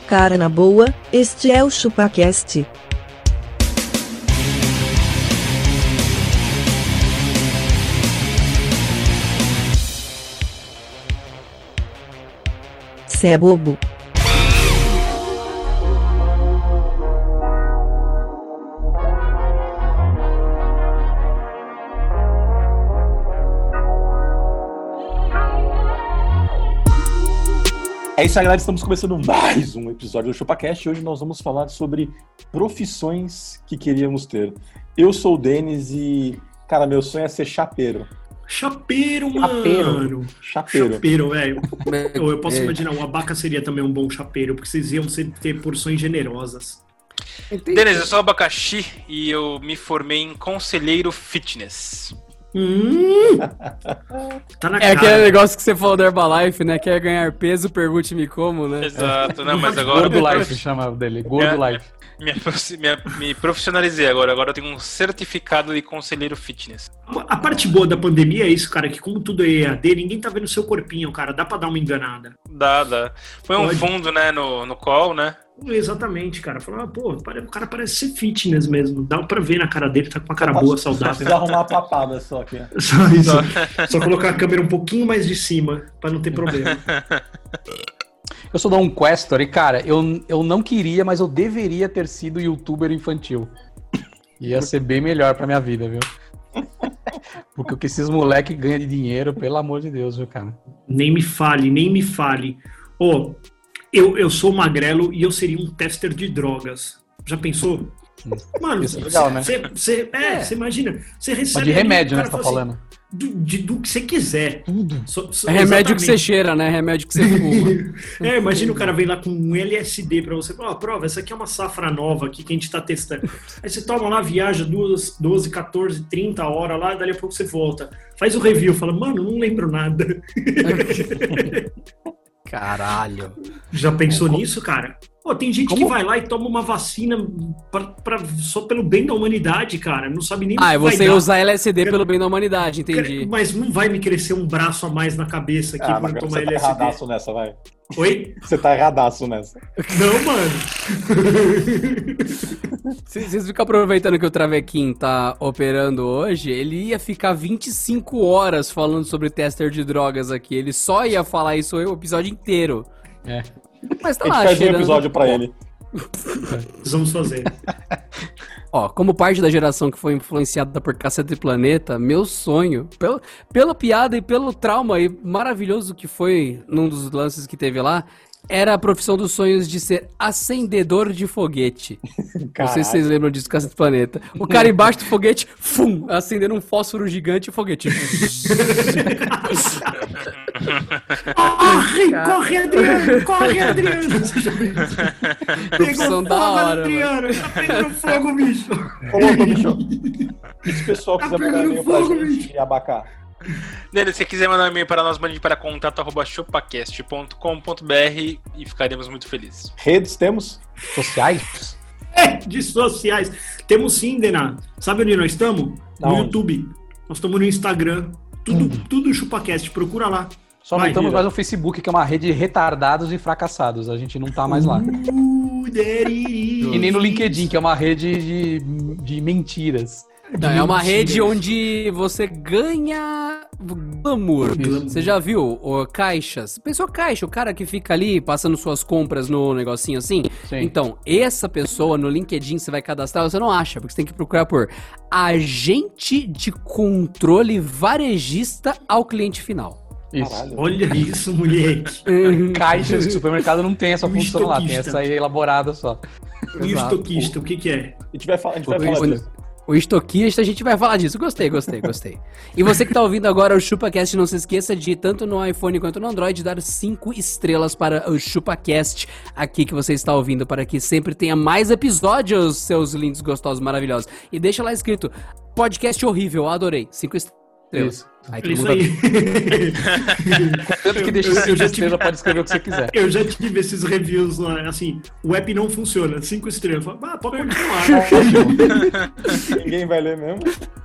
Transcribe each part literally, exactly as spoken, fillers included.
Cara na boa, este é o ChupaCast. Cê é bobo. É isso aí, galera, estamos começando mais um episódio do ChupaCast e hoje nós vamos falar sobre profissões que queríamos ter. Eu sou o Denis e, cara, meu sonho é ser chapeiro. Chapeiro, mano! Chapeiro. Chapeiro, chapeiro velho. eu, eu posso imaginar, o Abaca seria também um bom chapeiro, porque vocês iam ter porções generosas. Denis, eu sou abacaxi e eu me formei em conselheiro fitness. Hum, tá na é cara. aquele negócio que você falou do Herbalife, né? Quer ganhar peso, pergunte-me como, né? Exato, não, mas agora... Gordo Life chama dele, Gordo minha, Life. Minha, minha, me profissionalizei agora, agora eu tenho um certificado de conselheiro fitness. A parte boa da pandemia é isso, cara, que como tudo é E A D, ninguém tá vendo o seu corpinho, cara, dá pra dar uma enganada. Dá, dá. Foi um Pode. fundo, né, no, no call, né? Exatamente, cara. Falar, pô, o cara parece ser fitness mesmo. Dá pra ver na cara dele, tá com uma cara Só boa, só saudável. precisa arrumar a papada só aqui. Só isso. Só. Só colocar a câmera um pouquinho mais de cima, pra não ter problema. Eu sou da Unquestor e, cara, eu, eu não queria, mas eu deveria ter sido youtuber infantil. Ia ser bem melhor pra minha vida, viu? Porque o que esses moleques ganham de dinheiro, pelo amor de Deus, viu, cara? Nem me fale, nem me fale. Ô, oh, eu, eu sou magrelo e eu seria um tester de drogas. Já pensou? Mano, isso é legal, né? Cê, cê, é, você é. imagina. Você recebe. Mas de remédio, ali, né? Você tá falando. Assim, do, de, do que você quiser. Tudo. So, so, é remédio exatamente. Que você cheira, né? Remédio que você fuma. É, imagina o cara vem lá com um L S D pra você. Ó, oh, prova, essa aqui é uma safra nova aqui que a gente tá testando. Aí você toma lá, viaja duas, doze, catorze, trinta horas lá, e dali a pouco você volta. Faz o review, fala, mano, não lembro nada. Caralho. Já pensou é, nisso, cara? Pô, tem gente como? que vai lá e toma uma vacina pra, pra, só pelo bem da humanidade, cara. Não sabe nem o ah, que vai dar. Ah, você usa L S D cara, pelo bem da humanidade, entendi. Cara, mas não vai me crescer um braço a mais na cabeça aqui ah, por tomar você L S D. Você tá erradaço nessa, vai. Oi? Você tá erradaço nessa. Não, mano. Vocês ficam aproveitando que o Travequim tá operando hoje, ele ia ficar vinte e cinco horas falando sobre tester de drogas aqui. Ele só ia falar isso o episódio inteiro. É. Mas tá a gente lá, faz cheirando... um episódio pra ele. Vamos fazer. Ó, como parte da geração que foi influenciada por Cacete Planeta, meu sonho, pelo, pela piada e pelo trauma e maravilhoso que foi num dos lances que teve lá, era a profissão dos sonhos de ser acendedor de foguete. Caralho. Não sei se vocês lembram disso, Cacete Planeta. O cara embaixo do foguete, fum, acendendo um fósforo gigante e o foguete. Corre, corre, Adriano, corre, Adriano. Profissão da hora, Adriano, tá pegando fogo, bicho. Ô, bicho. E se o pessoal quiser mandar e-mail pra gente e abacar? Denis, se você quiser mandar um e-mail para nós, mande para contato arroba chupacast ponto com ponto b r e ficaremos muito felizes. Redes temos? Sociais? É, de sociais. Temos sim, Dena. Sabe onde nós estamos? No onde? YouTube. Nós estamos no Instagram. Tudo, hum. tudo ChupaCast. Procura lá. Só não estamos mais no Facebook, que é uma rede de retardados e fracassados. A gente não tá mais lá. Uh, e nem no LinkedIn, que é uma rede de, de mentiras. Não, é uma rede onde você ganha glamour. Você já viu o caixas? Pensou caixa, o cara que fica ali passando suas compras no negocinho assim? Sim. Então, essa pessoa no LinkedIn você vai cadastrar, você não acha, porque você tem que procurar por agente de controle varejista ao cliente final. Isso. Olha isso, moleque. Caixas de supermercado não tem essa função lá, tem essa aí elaborada só. E o estoquista, o que que é? A gente vai falar, a gente vai falar disso. O estoquista, a gente vai falar disso. Gostei, gostei, gostei. E você que tá ouvindo agora o ChupaCast, não se esqueça de, tanto no iPhone quanto no Android, dar cinco estrelas para o ChupaCast aqui que você está ouvindo, para que sempre tenha mais episódios, seus lindos, gostosos, maravilhosos. E deixa lá escrito, podcast horrível, adorei. Cinco estrelas. Isso. Aí, Isso mundo... aí. Tanto que deixa cinco estrelas, pode escrever o que você quiser. Eu já tive esses reviews lá, assim, o app não funciona, cinco estrelas. Ah, pode continuar. Ninguém vai ler mesmo.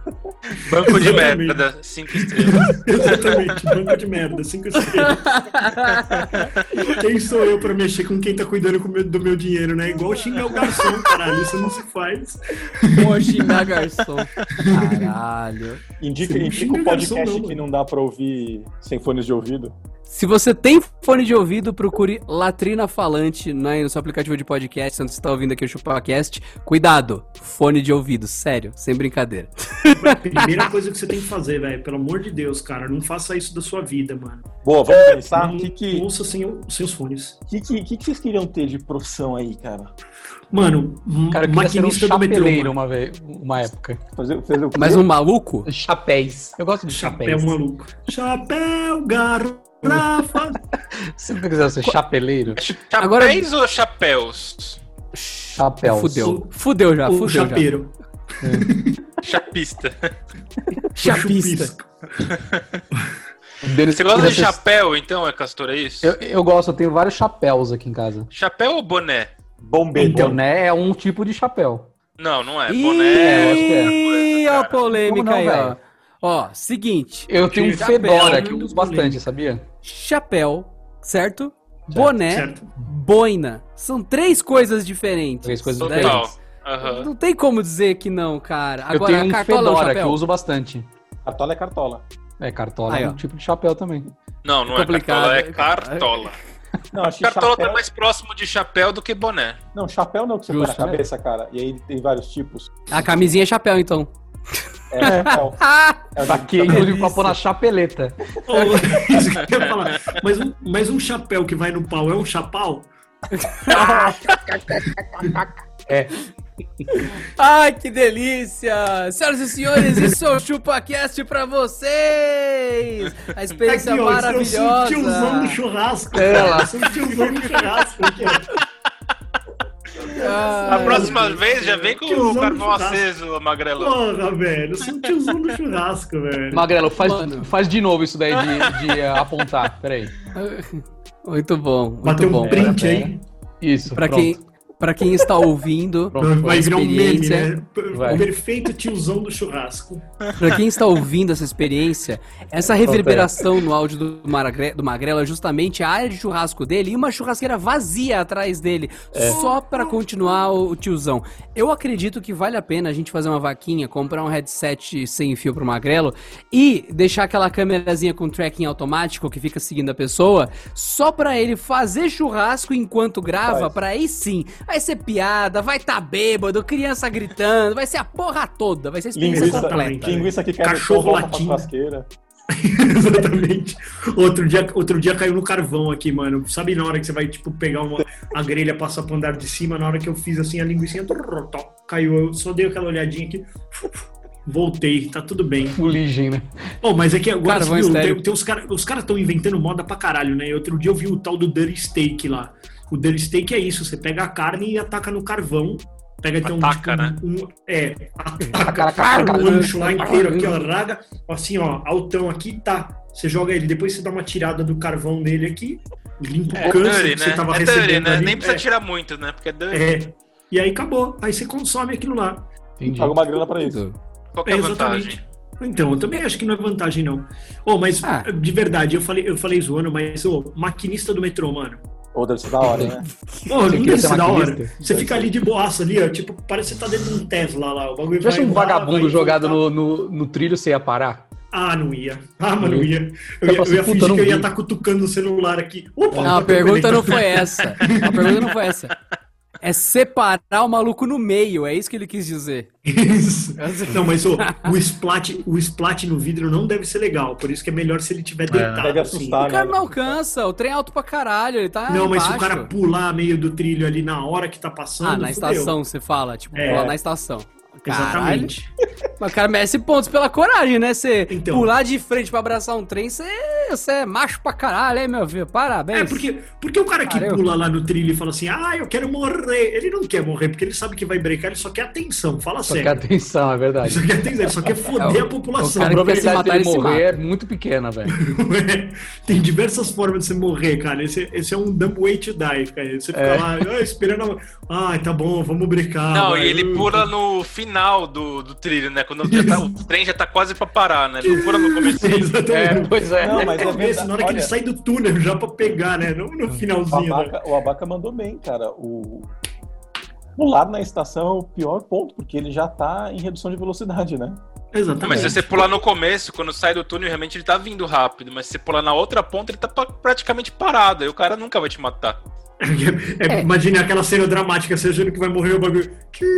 Banco de Exatamente. merda, cinco estrelas. Exatamente, banco de merda, cinco estrelas. Quem sou eu pra mexer com quem tá cuidando com meu- do meu dinheiro, né? Igual xingar o garçom, caralho, isso não se faz. Pô, xingar garçom. Caralho. Indica, Você não indica xinga um podcast garçom, não, que mano. não dá pra ouvir sem fones de ouvido. Se você tem fone de ouvido, procure Latrina Falante né, no seu aplicativo de podcast, se você está ouvindo aqui o ChupaCast. Cuidado, fone de ouvido, sério, sem brincadeira. Primeira coisa que você tem que fazer, velho, pelo amor de Deus, cara, não faça isso da sua vida, mano. Boa, vamos pensar. Não O que, que, ouça sem, o- sem os fones. que, que, que que vocês queriam ter de profissão aí, cara? Mano, Cara, eu queria ser um maquinista do metrô, chapeleiro mano. uma, vez, uma época. Fazer, fazer o quê? Mas um maluco? Chapéus. Eu gosto de Chapéu chapéus. maluco. Chapéu, garrafa. Se você quiser ser chapeleiro, Agora- Chapéus ou chapéus? chapéus. Fudeu. Fudeu já, o fudeu já. chapeiro. Chapista. Chapista. Denis, Você gosta queria de ser- chapéu, então, é Castor, é isso? Eu, eu gosto, eu tenho vários chapéus aqui em casa. Chapéu ou boné? Bombeiro. Boné é um tipo de chapéu. Não, não é. Ih, Boné eu acho que é. Ih, Cara. a polêmica Como não, aí, ó. velho? Ó, seguinte. Eu tenho um Chapéu, fedora que eu não uso polêmica. bastante, sabia? Chapéu, certo? Boné, Certo. boina. São três coisas diferentes. Três coisas Daí- total. Aham. Não tem como dizer que não, cara. eu Agora, tenho um cartola ou fedora que chapéu? eu uso bastante. Cartola é cartola. É, cartola Aí, é ó. um tipo de chapéu também. Não, não Complicado. é cartola, é cartola. Não, acho que Cartola chapéu... tá mais próximo de chapéu do que boné. Não, chapéu não que você Justo, põe na cabeça, cara. E aí tem vários tipos. A camisinha é chapéu, então. É, chapéu. É o Saquei, tipo de inclusive, pra pôr na chapeleta. Ô, isso que eu ia falar. Mas um, mas um chapéu que vai no pau é um chapau? É. Ai, que delícia! Senhoras e senhores, isso é o ChupaCast pra vocês! A experiência Aqui, ó, eu sou um tiozão do maravilhosa! churrasco. É cara. lá. Eu sou um tiozão do churrasco. Aqui, ó. A Ai, próxima Deus. vez já vem com Tiozão o do carvão churrasco. aceso, Magrelão. Porra, velho. Eu sou um tiozão do churrasco, velho. Magrelo, faz, Mano. faz de novo isso daí de, de, eh, apontar. Peraí. Muito bom, muito Bateu bom. um print pera, aí. Isso. Pra pronto. quem, pra quem está ouvindo, Pronto, Vai virar um meme, experiência. né? P- Vai. Perfeito tiozão do churrasco. Pra quem está ouvindo essa experiência, essa reverberação no áudio do, Maragre, do Magrelo é justamente a área de churrasco dele e uma churrasqueira vazia atrás dele, só pra continuar o, o tiozão. Eu acredito que vale a pena a gente fazer uma vaquinha, comprar um headset sem fio pro Magrelo e deixar aquela câmerazinha com tracking automático que fica seguindo a pessoa, só pra ele fazer churrasco enquanto grava, Faz. pra aí sim, vai ser piada, vai tá bêbado, criança gritando, vai ser a porra toda, vai ser a experiência Linguiça, completa. linguiça que cai Cachorro no chão, volta pra latindo. churrasqueira. Exatamente. Outro dia, outro dia caiu no carvão aqui, mano. Sabe na hora que você vai, tipo, pegar uma, a grelha, passar pro andar de cima, na hora que eu fiz assim, a linguiça caiu. Eu só dei aquela olhadinha aqui. Voltei, tá tudo bem. Fuligem, né? Oh, mas é que agora Carvão você viu, estéreo. tem, tem os caras os cara estão inventando moda pra caralho, né? E outro dia eu vi o tal do Dirty Steak lá. O Dirty Steak é isso, você pega a carne e ataca no carvão. Pega então Ataca, tipo, né? um, é, ataca, Ataca, ataca ataca. o lancho lá inteiro aqui, ó, raga, assim, ó, altão aqui, tá. Você joga ele, depois você dá uma tirada do carvão dele aqui, limpa É o câncer dirty, que você né? tava É dirty, recebendo né? ali. Nem precisa é, tirar muito, né? Porque é dirty. é. E aí acabou, aí você consome aquilo lá. Entendi. Paga uma grana pra isso. Qual que é a Exatamente. vantagem? Então, eu também acho que não é vantagem, não. Oh, mas, Ah. de verdade, eu falei, eu falei zoando, mas, ô, maquinista do metrô, mano. Ou deve ser da hora, né? Pô, não queria deve ser ser da hora. maquinista? Você fica ali de boaça ali, ó, tipo, parece que você tá dentro de um Tesla lá. O bagulho Se tivesse vai um lá, vagabundo vai jogado voltar. no, no, no trilho, você ia parar? Ah, não ia. Ah, mano, não ia. Eu Eu ia, faço, eu ia puta, fingir não que eu ia vi. estar cutucando o celular aqui. Opa, Não, a tá pergunta tudo não bem. foi essa. A pergunta não foi essa. É separar o maluco no meio, é isso que ele quis dizer. Isso. Não, mas ô, o splat, o splat no vidro não deve ser legal. Por isso que é melhor se ele tiver deitado. Deve assim. assustar, O cara né? não alcança, o trem é alto pra caralho, ele tá Não, mas se o embaixo. cara pular meio do trilho ali na hora que tá passando. Ah, na fudeu. estação, você fala, tipo, É. pular na estação. Caralho. Exatamente. Mas o cara merece pontos pela coragem, né? Você Então. pular de frente pra abraçar um trem, você você é macho pra caralho, hein, meu filho? Parabéns. É, porque, porque o cara que Caramba. pula lá no trilho e fala assim, ah, eu quero morrer. Ele não quer morrer, porque ele sabe que vai brecar, ele só quer atenção, fala Só sério. que atenção, é verdade. Ele só quer atenção, ele só quer foder É, o- a população. o A cara que quer se probabilidade matar, dele ele se morrer é mata. muito pequena, velho. Tem diversas formas de você morrer, cara. Esse, esse é um dumb way to die, cara. Você fica É. lá, ah, esperando. Ah, tá bom, vamos brecar. Não, vai. e ele pula no final do, do trilho, né? Quando já tá- o trem já tá quase pra parar, né? Ele não pula no começo. Exatamente. É, pois é. Não, mas é Talvez verdade. na hora que Olha, ele sai do túnel já pra pegar, né? Não no o finalzinho. Né? Abaca, o Abaca mandou bem, cara. O pular na estação é o pior ponto, porque ele já tá em redução de velocidade, né? Exatamente. Mas se você pular no começo, quando sai do túnel, realmente ele tá vindo rápido. Mas se você pular na outra ponta, ele tá pa- praticamente parado. Aí o cara nunca vai te matar. É, É. Imagine aquela cena dramática, você achando que vai morrer o bagulho.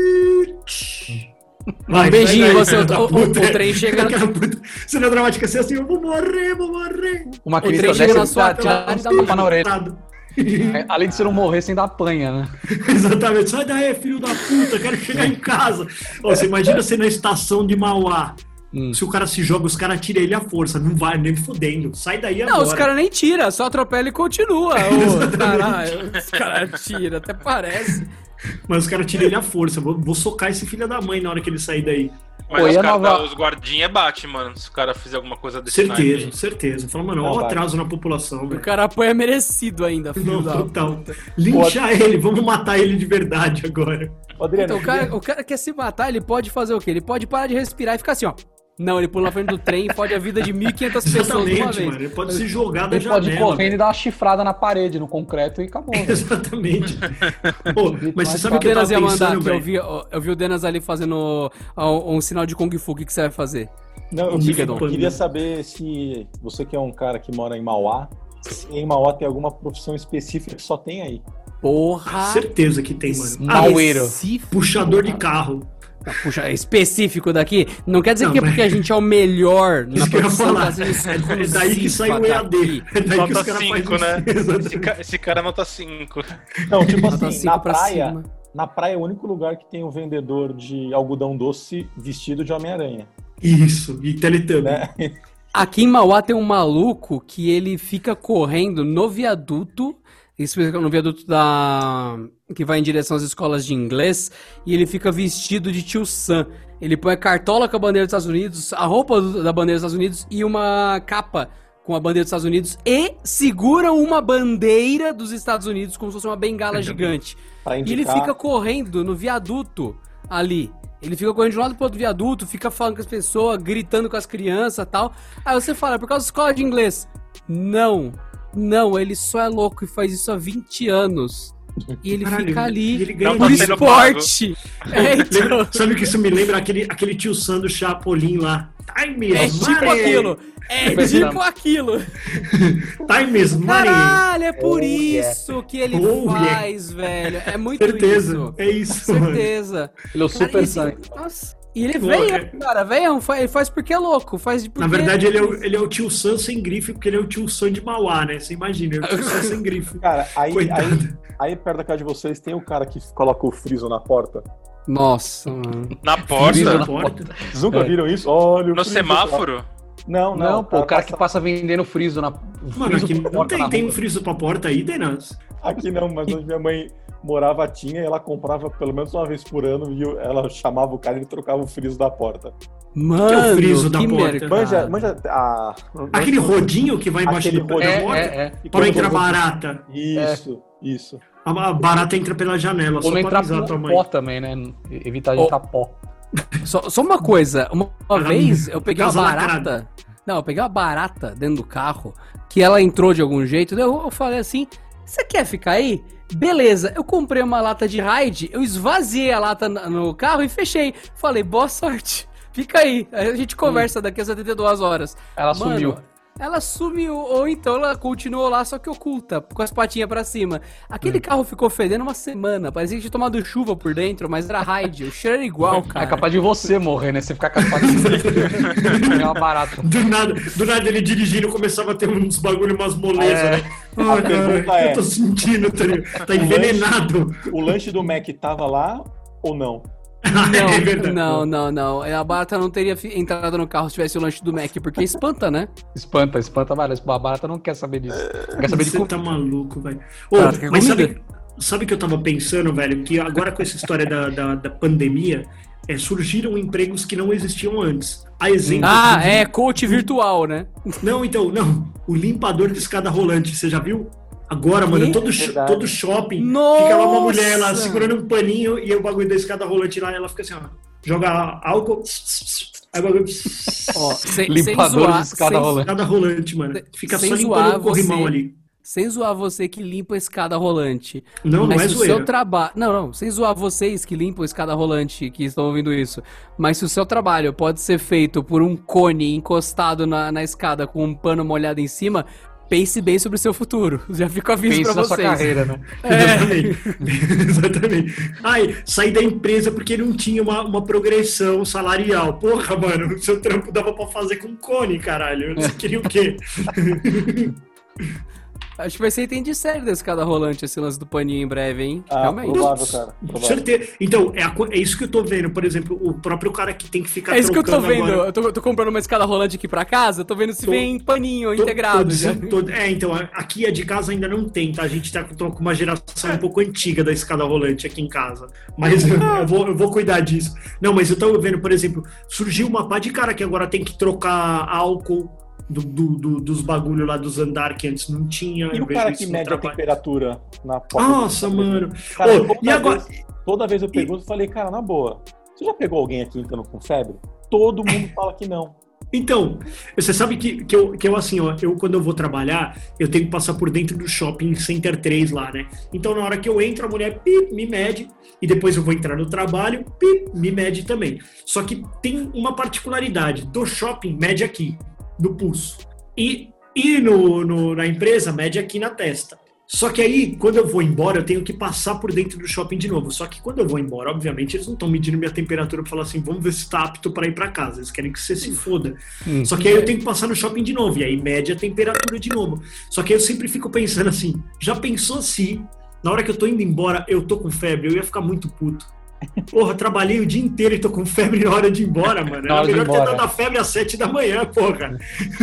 Um beijinho, sai daí, você, filho da o, o- puta. o trem chega, Aquela puta cena dramática assim, assim, eu vou morrer, vou morrer. Uma trem crítica chega na dessa sua te cara dá e dá um uma tapa na orelha. Nada. É, além de você não morrer, você ainda apanha, né? Exatamente, sai daí, filho da puta, quero chegar em casa. Ô, você imagina você na estação de Mauá. Hum. Se o cara se joga, os caras tiram ele à força. Não vai, nem fodendo. Sai daí agora. Não, os caras nem tiram, só atropela e continua. Ô, caralho, os caras tiram, até parece. Mas os caras tiram ele à força. Vou, vou socar esse filho da mãe na hora que ele sair daí. Mas Pô, os, e a cara, nova- os guardinhas bate, mano. Se o cara fizer alguma coisa desse Certeza, naipe. certeza. Fala, mano, Não, olha o vai. atraso na população, O velho. cara apanha merecido ainda, filho Não, da total. puta. Lincha ele, vamos matar ele de verdade agora. Ô, Adriano, Então, o cara, o cara quer se matar, ele pode fazer o quê? Ele pode parar de respirar e ficar assim, ó. Não, ele pula na frente do trem e fode a vida de mil e quinhentas pessoas de uma Exatamente, vez. mano. Ele pode se jogar da Ele pode ir janela. correndo e velho. dar uma chifrada na parede, no concreto e acabou. velho. Exatamente. Pô, mas você sabe O o que eu Denas tava ia mandar pensando, aqui, eu velho? vi, eu vi o Denas ali fazendo um, um sinal de Kung Fu, o que, que você vai fazer? não, eu, Diga, queria, Dom. eu queria saber se você que é um cara que mora em Mauá, se em Mauá tem alguma profissão específica que só tem aí. Porra! Certeza que tem, mano. Ah, Maueiro. específico. puxador de carro. Puxa, específico daqui. Não quer dizer Não, que é mas- porque a gente é o melhor na Isso que eu ia profissão falar. fazendo É daí que sai o E A D. daqui. É daí que os Nota caras cinco, fazem né? isso. Esse, ca- esse cara nota cinco. Não, tipo Nota assim, cinco na pra praia, cima. na praia é o único lugar que tem um vendedor de algodão doce vestido de Homem-Aranha, Isso, e Teletubbies. né? Aqui em Mauá tem um maluco que ele fica correndo no viaduto, especificamente no viaduto da que vai em direção às escolas de inglês, e ele fica vestido de tio Sam. Ele põe a cartola com a bandeira dos Estados Unidos, a roupa do- da bandeira dos Estados Unidos e uma capa com a bandeira dos Estados Unidos e segura uma bandeira dos Estados Unidos como se fosse uma bengala gigante. Pra E ele indicar. fica correndo no viaduto ali. Ele fica correndo de um lado pro outro viaduto, fica falando com as pessoas, gritando com as crianças e tal. Aí você fala, é por causa da escola de inglês. Não, não, ele só é louco e faz isso há vinte anos. E ele Caralho, fica ali e ele ganha Não por tá dinheiro. sendo esporte. É, então, Lembra- Sabe o que isso me lembra? Aquele, aquele tio Sam do Chapolin lá. Time é is tipo money! aquilo. É tipo aquilo. Time is money! Caralho, é por Oh, yeah. isso que ele Oh, faz, velho. É muito Certeza, isso. é isso, mano. Certeza. Ele é o Cara, Super e- Saiyan. Nossa. E ele Pô, veio, é- cara, veio, ele faz porque é louco, faz porque... Na verdade, ele é, o, ele é o tio Sam sem grife, porque ele é o tio Sam de Mauá, né? Você imagina, é o tio Sam sem grife. Cara, aí, Coitado. aí, aí perto da casa de vocês tem o cara que coloca o friso na porta. Nossa, mano. Na Friso porta? na porta. Vocês nunca É. viram isso? Olha o No friso. semáforo? Não, não. Não, pô, o cara que passa- passa vendendo friso na. Mano, friso aqui por não porta tem, na tem um rua. friso pra porta aí, Denas? Aqui não, mas onde minha mãe morava tinha e ela comprava pelo menos uma vez por ano e eu- ela chamava o cara e ele trocava o friso da porta. Mano, Que é o friso da que porta? mercado. Manja, manja a... Aquele rodinho que vai embaixo Aquele do da É, porta é, é. E para quando entrar você- barata. Isso, isso. A a barata entra pela janela, Ou só não pra entrar avisar a tua por mãe. pó também, né? Evitar de Oh. entrar pó. Só, só uma coisa, uma, uma Ah, vez eu peguei uma casa barata. lacrada. Não, eu peguei uma barata dentro do carro, que ela entrou de algum jeito, daí eu, eu falei assim: você quer ficar aí? Beleza, eu comprei uma lata de Raid, eu esvaziei a lata na- no carro e fechei. Falei, boa sorte, fica aí. Aí a gente conversa daqui a setenta e duas horas. Ela Mano, sumiu. Ela sumiu, ou então ela continuou lá, só que oculta, com as patinhas pra cima. Aquele carro ficou fedendo uma semana, parecia que tinha tomado chuva por dentro, mas era Raid, o cheiro era igual, cara. É capaz de você morrer, né? Você ficar com a patinha. É uma barata. Do nada, do nada ele dirigindo começava a ter uns bagulho, umas molezas, É. né? Ai, pergunta cara, é- eu tô sentindo, tá, ligado? Tá envenenado. O lanche do Mac tava lá ou não? É verdade. Não, não, não, não. A barata não teria fi- entrado no carro se tivesse o lanche do Mac, porque espanta, né? Espanta, espanta, mas a barata não quer saber disso. Não quer saber de Você como. tá maluco, velho. Ô, Barata quer mas comida. sabe, sabe que eu tava pensando, velho? Que agora com essa história da, da, da pandemia, é, surgiram empregos que não existiam antes. A exemplo. Ah, do- é, coach virtual, né? Não, então, não. O limpador de escada rolante, você já viu? Agora, mano, Que? todo, sho- Verdade. todo shopping Nossa! fica lá uma mulher lá segurando um paninho e o bagulho da escada rolante lá, ela fica assim, ó. Joga álcool. Aí o bagulho. Ó, sem, sem Limpador zoar, de escada sem, rolante. Escada rolante, mano. Fica Sem só zoar limpando o corrimão você. ali. sem zoar você que limpa a escada rolante. Não, não mas é se o zoeira. seu trabalho. Não, não, sem zoar vocês que limpam a escada rolante que estão ouvindo isso. Mas se o seu trabalho pode ser feito por um cone encostado na, na escada com um pano molhado em cima, pense bem sobre o seu futuro. Já fica o aviso Pense pra na sua vocês. carreira, né? Exatamente. Exatamente. Ai, saí da empresa porque não tinha uma, uma progressão salarial. Porra, mano, o seu trampo dava pra fazer com cone, caralho. Você queria o quê? Acho que vai ser item de série da escada rolante esse lance do paninho em breve, hein? Ah, Realmente. provável, cara. Com Provável. certeza. Então, é, a co- é isso que eu tô vendo. Por exemplo, o próprio cara que tem que ficar É isso que eu tô trocando vendo. agora- Eu tô, eu tô comprando uma escada rolante aqui pra casa, eu tô vendo se Tô- vem paninho Tô- integrado. tô já. dizendo- tô- é, então, a- aqui a de casa ainda não tem, tá? A gente tá com com uma geração um pouco antiga da escada rolante aqui em casa. Mas eu, eu vou, eu vou cuidar disso. Não, mas eu tô vendo, por exemplo, surgiu uma pá de cara que agora tem que trocar álcool do, do- do- dos bagulho lá dos andar que antes não tinha. E Eu o vejo cara isso que no mede a trabalho. temperatura na porta? Nossa, mano. Cara, Ô, toda, e agora? vez, toda vez eu pergunto, eu falei, cara, na boa, você já pegou alguém aqui entrando com febre? Todo mundo fala que não. Então, você sabe que, que, eu, que eu, assim, ó, eu quando eu vou trabalhar, eu tenho que passar por dentro do shopping Center três lá, né? Então, na hora que eu entro, a mulher pip, me mede, e depois eu vou entrar no trabalho, pip, me mede também. Só que tem uma particularidade, do shopping, mede aqui, do pulso. E, e no, no- na empresa, mede aqui na testa. Só que aí, quando eu vou embora, eu tenho que passar por dentro do shopping de novo. Só que quando eu vou embora, obviamente, eles não estão medindo minha temperatura pra falar assim, vamos ver se tá apto para ir pra casa. Eles querem que você se foda. Hum. Só que aí eu tenho que passar no shopping de novo. E aí mede a temperatura de novo. Só que aí eu sempre fico pensando assim, já pensou se, na hora que eu tô indo embora, eu tô com febre? Eu ia ficar muito puto. Porra, trabalhei o dia inteiro e tô com febre na hora de ir embora, mano. Na Era hora de ir melhor ter embora. dado a febre às sete da manhã, porra.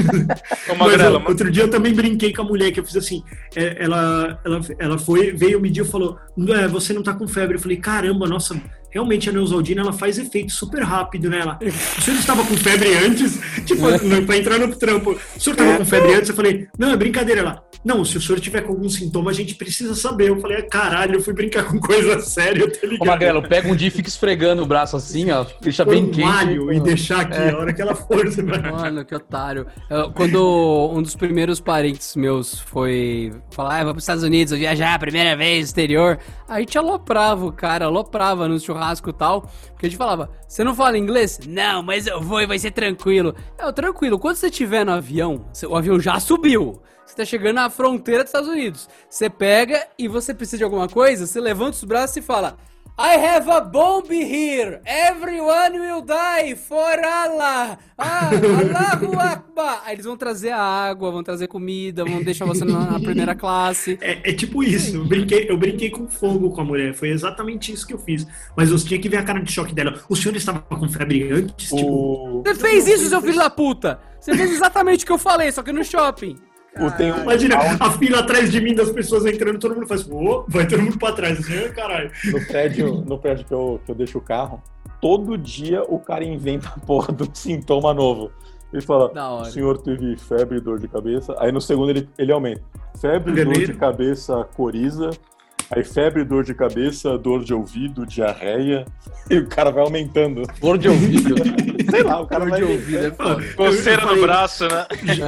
Ô, Mas, Magrela, ó, outro dia eu também brinquei com a mulher que eu fiz assim. é, Ela, ela, ela foi, veio medir e falou: "É, você não tá com febre." Eu falei: caramba, nossa, realmente a Neusaldina ela faz efeito super rápido, né? Ela, o senhor estava com febre antes? Tipo, pra entrar no trampo, o senhor estava com febre antes? Eu falei: não, é brincadeira. Ela, não, se o senhor tiver com algum sintoma, a gente precisa saber. Eu falei: caralho, eu fui brincar com coisa séria, eu tô ligado. Ô, Magrelo, pega um dia e fica esfregando o braço assim, ó. Deixa Pôr bem um quente. alho e deixar aqui, a hora que ela for, você vai. Mano, que otário. Eu- Quando um dos primeiros parentes meus foi falar, ah, vou pros Estados Unidos, vou viajar a primeira vez, exterior, a gente aloprava o cara, aloprava no churrasco e tal, porque a gente falava, você não fala inglês? Não, mas eu vou e vai ser tranquilo. É, tranquilo, quando você estiver no avião, você- o avião já subiu, você tá chegando na fronteira dos Estados Unidos, você pega e você precisa de alguma coisa, você levanta os braços e fala... I have a bomb here. Everyone will die for Allah. Ah, Allahu Akbar. Aí eles vão trazer água, vão trazer comida, vão deixar você na, na primeira classe. É, é tipo isso, eu brinquei, eu brinquei com fogo com a mulher, foi exatamente isso que eu fiz. Mas eu tinha que ver a cara de choque dela. O senhor estava com febre antes? Tipo, O, Você fez isso, seu filho da puta. Você fez exatamente o que eu falei, só que no shopping. o tem um, imagina, a fila atrás de mim das pessoas entrando, todo mundo faz, ô, vai todo mundo pra trás, assim, "Ai, caralho." no prédio, no prédio que eu, que eu deixo o carro, todo dia o cara inventa a porra de um sintoma novo. Ele fala, Da hora. o senhor teve febre e dor de cabeça. Aí no segundo ele, ele aumenta. Febre, dor Vermelho. de cabeça, coriza. Aí febre, dor de cabeça, dor de ouvido, diarreia. E o cara vai aumentando. Dor de ouvido. Sei lá, o cara Dor vai... de ouvido, é foda. Coceira Eu no falei- braço, né?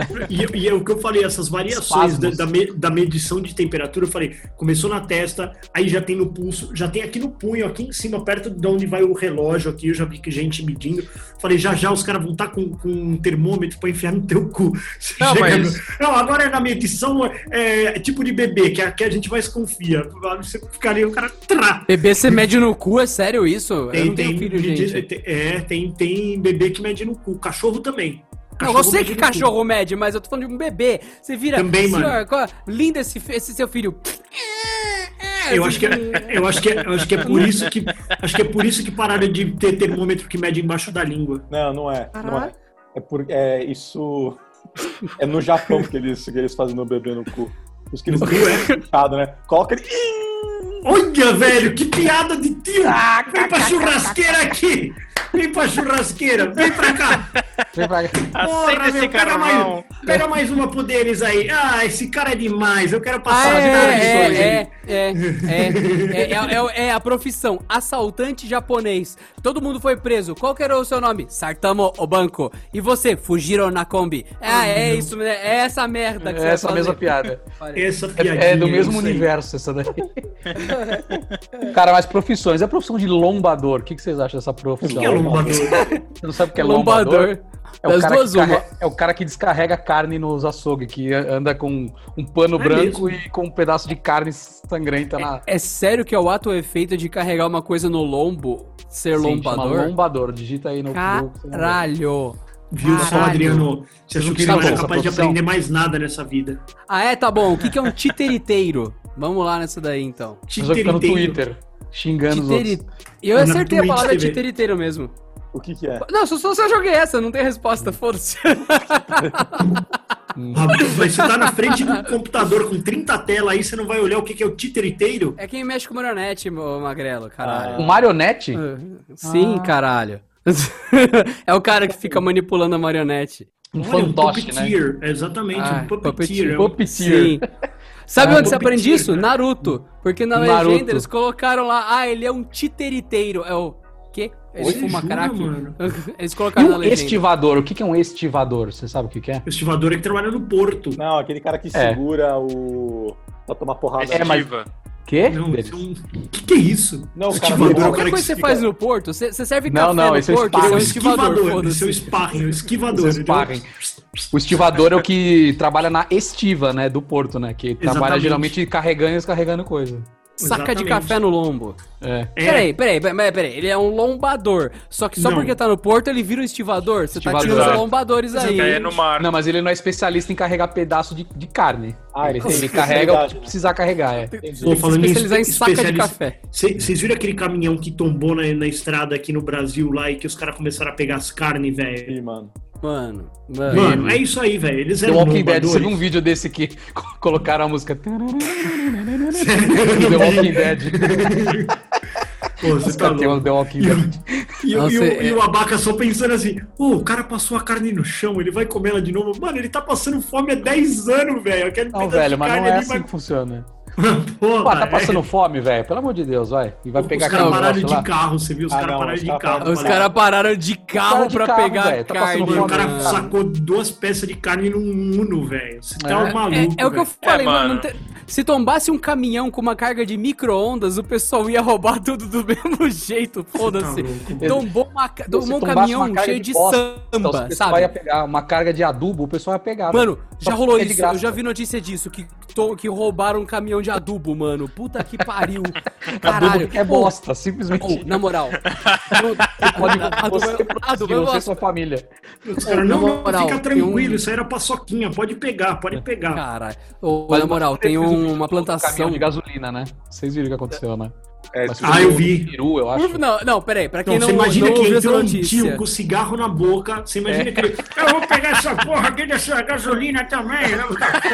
E, e é o que eu falei, essas variações da, Espasmos. da, me- da medição de temperatura, eu falei, começou na testa, aí já tem no pulso, já tem aqui no punho, aqui em cima, perto de onde vai o relógio aqui, eu já vi que gente medindo. Falei, já já os caras vão estar com, com um termômetro pra enfiar no teu cu. Você Não, chega mas- no- Não, agora é na medição, é, é tipo de bebê, que é a que a gente mais confia. Você ficaria, o cara... Trá. Bebê, você mede no cu, é sério isso? Eu Tem, não tenho tem, filho, medi- gente. tem- é, tem, tem bebê que mede no cu. Cachorro também. Não, Cachorro eu sei mede que no cu. cachorro mede, mas eu tô falando de um bebê. Você vira... Também, senhor, mano. qual- lindo esse, fi- esse seu filho. Eu acho que é, eu acho que é, eu acho que é por isso que acho que é por isso que pararam de ter termômetro que mede embaixo da língua. Não, não é. Não é. É por é isso é no Japão que eles que eles fazem no bebê no cu. Os que eles têm puxado, né? Coloca ele. Olha, velho, que piada de tio! Vem pra churrasqueira aqui! Vem pra churrasqueira, vem pra cá! Vem pra... Porra, meu, pega mais, pega mais uma pro deles aí. Ah, esse cara é demais, eu quero passar Ah, as é, tardes é, hoje. é, é, é, é, é, é a profissão, assaltante japonês. Todo mundo foi preso. Qual que era o seu nome? Sartamo Obanko. E você? Fugiram na Kombi. Ah, é isso, né? É essa merda que É você essa vai mesma fazer. piada. Essa É, piadinha. é do mesmo isso aí. universo essa daí. Cara, mas profissões. É a profissão de lombador. O que, que vocês acham dessa O profissão? que é lombador? Você não sabe o que é lombador? Lombador. É o, Das cara duas, que carrega, uma. é o cara que descarrega carne nos açougues, que anda com um pano É branco mesmo? e com um pedaço de carne sangrenta na. É sério que é o ato ou efeito de carregar uma coisa no lombo ser Sim, chama lombador? lombador. Digita aí no Google. Caralho. Viu só, Caralho. Adriano? Você achou não que você queria não era essa capaz de profissão? aprender mais nada nessa vida. Ah, é? Tá bom. O que, que é um titeriteiro? Vamos lá nessa daí, então. Você vai ficar no Titeriteiro. Twitter xingando os Titeri... outros. Eu Na acertei a Twitch palavra T V. titeriteiro mesmo. O que que é? Não, só, só, só joguei essa, não tem resposta, foda-se. Rapaz, mas você tá na frente do computador com trinta telas aí, você não vai olhar o que que é o titeriteiro? É quem mexe com marionete, meu magrelo, caralho. O marionete? Sim, Ah. caralho. É o cara que fica manipulando a marionete. Um Olha, fantoche, né? puppeteer, exatamente, Ah, um puppeteer. puppeteer. Puppeteer. Sim. Sabe Ah, onde você aprende puppeteer. isso? Naruto. Porque na Naruto. legenda eles colocaram lá, ah, ele é um titeriteiro. É o quê? Ele Oi, fuma jura, crack? mano? Eles E colocaram na um legenda. estivador? O que que é um estivador? Você sabe o que que é? O estivador é que trabalha no porto. Não, aquele cara que É. segura o pra tomar porrada. É, mas- Estiva. Quê? Não, Denis? isso é um... O que, que é isso? Não, o cara Estivador é o Qualquer cara coisa que que você fica- faz no porto, você, você serve Não, café não, no esse é o porto, sparring. você é um o estivador, esquivador, foda-se. esse é o sparring, o esquivador. Esse é o sparring. O estivador é o que trabalha na estiva, né, do porto, né? Que trabalha Exatamente. geralmente carregando e descarregando coisa. Saca de Exatamente. café no lombo. É. É. Peraí, peraí, peraí, peraí. Ele é um lombador. Só que só Não. porque tá no porto, ele vira um estivador. Você tá Estivador. tirando os lombadores aí. É no mar. Não, mas ele não é especialista em carregar pedaço de, de carne. Ah, ele, entendi. ele carrega o que Verdade. precisar carregar, é. Entendi. Pô, falando nisso, especializar em saca de especialista- café. Cê- Vocês viram aquele caminhão que tombou na, na estrada aqui no Brasil lá e que os caras começaram a pegar as carnes, velho? Ih, mano. Mano, mano. Mano, é isso aí, velho. Eles The eram Walking Dead, lombadores. você viu um vídeo desse que colocaram a música The Walking Dead. Pô, Os você tá caras têm um louco. The Walking E o, Dead. e, o- Nossa, e o- é- e o Abaca só pensando assim, "Ô, o cara passou a carne no chão, ele vai comer ela de novo. Mano, ele tá passando fome há dez anos, velho. Aquele Não, pedaço velho, de mas não carne é ali assim que funciona. vai... Pô, Pô, tá velho. passando fome, velho? Pelo amor de Deus, vai. E vai pegar Os caras aquele pararam negócio de lá. carro, você viu? Os Ah, caras não, pararam os de caras carro. pararam- Os mano. caras pararam de carro Cara de pra carro, pegar velho, tá carne. passando Mano, o fome, cara né? sacou duas peças de carne num Uno, velho. Você tá É. um maluco, É, é o que eu velho. falei, É, mano. mano. não te- Se tombasse um caminhão com uma carga de micro-ondas, o pessoal ia roubar tudo do mesmo jeito, foda-se. Tá louco. Tombou, uma, ca- Se tomou um tombasse caminhão uma carga cheio de de bosta, Então, se samba, o pessoal sabe? ia pegar uma carga de adubo, o pessoal ia pegar. Mano, Só já rolou que é de isso, graça. eu já vi notícia disso, que, to- que roubaram um caminhão de adubo, mano. Puta que pariu. Adubo Caralho. é bosta, simplesmente. Oh, na moral. Pode Adubo- você, adubo é você e bosta. sua família. Os caras, na não, não, moral, fica tem um- tranquilo, isso aí era paçoquinha, pode pegar, pode pegar. Caralho. Ô, Mas na moral, tem você fez um um- vídeo uma do plantação. caminhão de gasolina, né? Vocês viram o que aconteceu, né? É, Mas Ah, foi eu no vi. Peru, eu acho. Não, não, peraí, pra quem Não, não, você imagina não que ouviu essa entrou um notícia. tio com cigarro na boca, você imagina É. que ele, eu vou pegar essa porra aqui dessa gasolina também. né?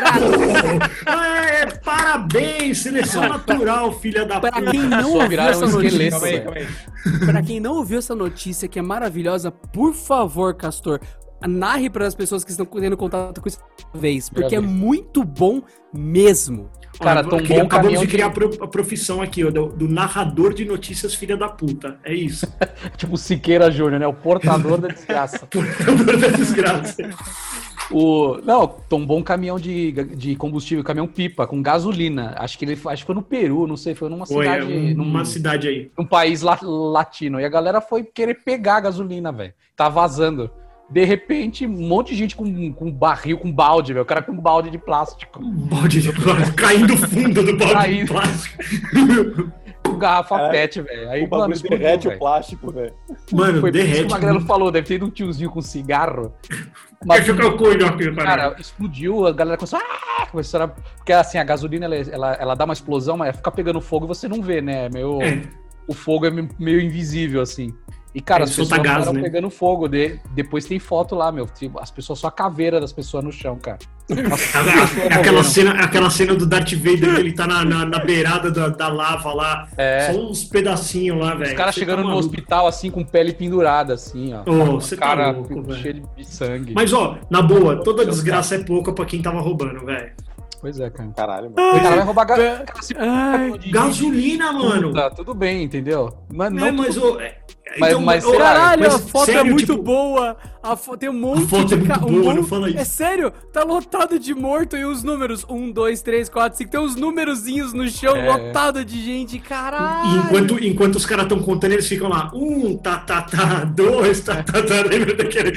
É, parabéns, seleção natural, filha da Pra puta. quem não Só ouviu viraram essa um esqueleto, notícia, Calma aí, calma aí. pra quem não ouviu essa notícia que é maravilhosa, por favor, Castor, narre para as pessoas que estão tendo contato com isso uma vez, porque é muito bom mesmo. Cara, Olha, tão aqui, bom acabamos caminhão de de- criar a pro- a profissão aqui, ó, do, do narrador de notícias filha da puta. É isso. Tipo o Siqueira Júnior, né? O portador da desgraça. Portador da desgraça. O... Não, tombou um caminhão de, de combustível, caminhão pipa, com gasolina. Acho que ele acho que foi no Peru, não sei, foi numa Foi, é, cidade. um- num, uma cidade aí. num país la- latino. E a galera foi querer pegar a gasolina, velho. Tá vazando. De repente, um monte de gente com, com barril, com balde, velho. O cara com um balde de plástico. Um balde de plástico caindo fundo do balde de Caindo. plástico. Com garrafa Caralho, pet, velho. Aí, O bagulho explodiu, derrete o velho. plástico, velho. Mano, Foi por isso que derrete. o Magrelo falou, deve ter ido um tiozinho com cigarro. Mas, Deixa eu coelho aqui, cara, explodiu, a galera começou a... Começou a... Porque assim, a gasolina, ela, ela, ela dá uma explosão, mas fica pegando fogo e você não vê, né? Meio... É. O fogo é meio invisível, assim. E, cara, É, as solta pessoas gás, estavam né? pegando fogo. De... Depois tem foto lá, meu. Tipo, as pessoas, só a caveira das pessoas no chão, cara. Nossa, É aquela cena, aquela cena do Darth Vader que ele tá na, na, na beirada da, da lava lá. É. Só uns pedacinhos lá, velho. Os caras Você chegando tá no maluco. hospital, assim, com pele pendurada, assim, ó. Ô, você tá cara louco, velho. cheio de sangue. Mas, ó, na boa, toda Deus, desgraça é pouca pra quem tava roubando, velho. Pois é, cara. Caralho, mano. O cara vai roubar ga... cara, se- Ai, de- Gasolina, mano. Tá, tudo bem, entendeu? Mas Não, não mas, tudo- ô, é- Mas- então, mas ô, será? Caralho, mas a foto sério, é muito tipo, boa. A fo... Tem um monte foto de é muito ca- um boa, monte- não fala isso. É sério, tá lotado de morto e os números. Um, dois, três, quatro, cinco. Tem uns númerozinhos no chão, É. lotado de gente. Caralho. E enquanto, enquanto os caras estão contando, eles ficam lá. Um, tá, tá, tá. Dois, tá, tá, tá. Lembra daquele.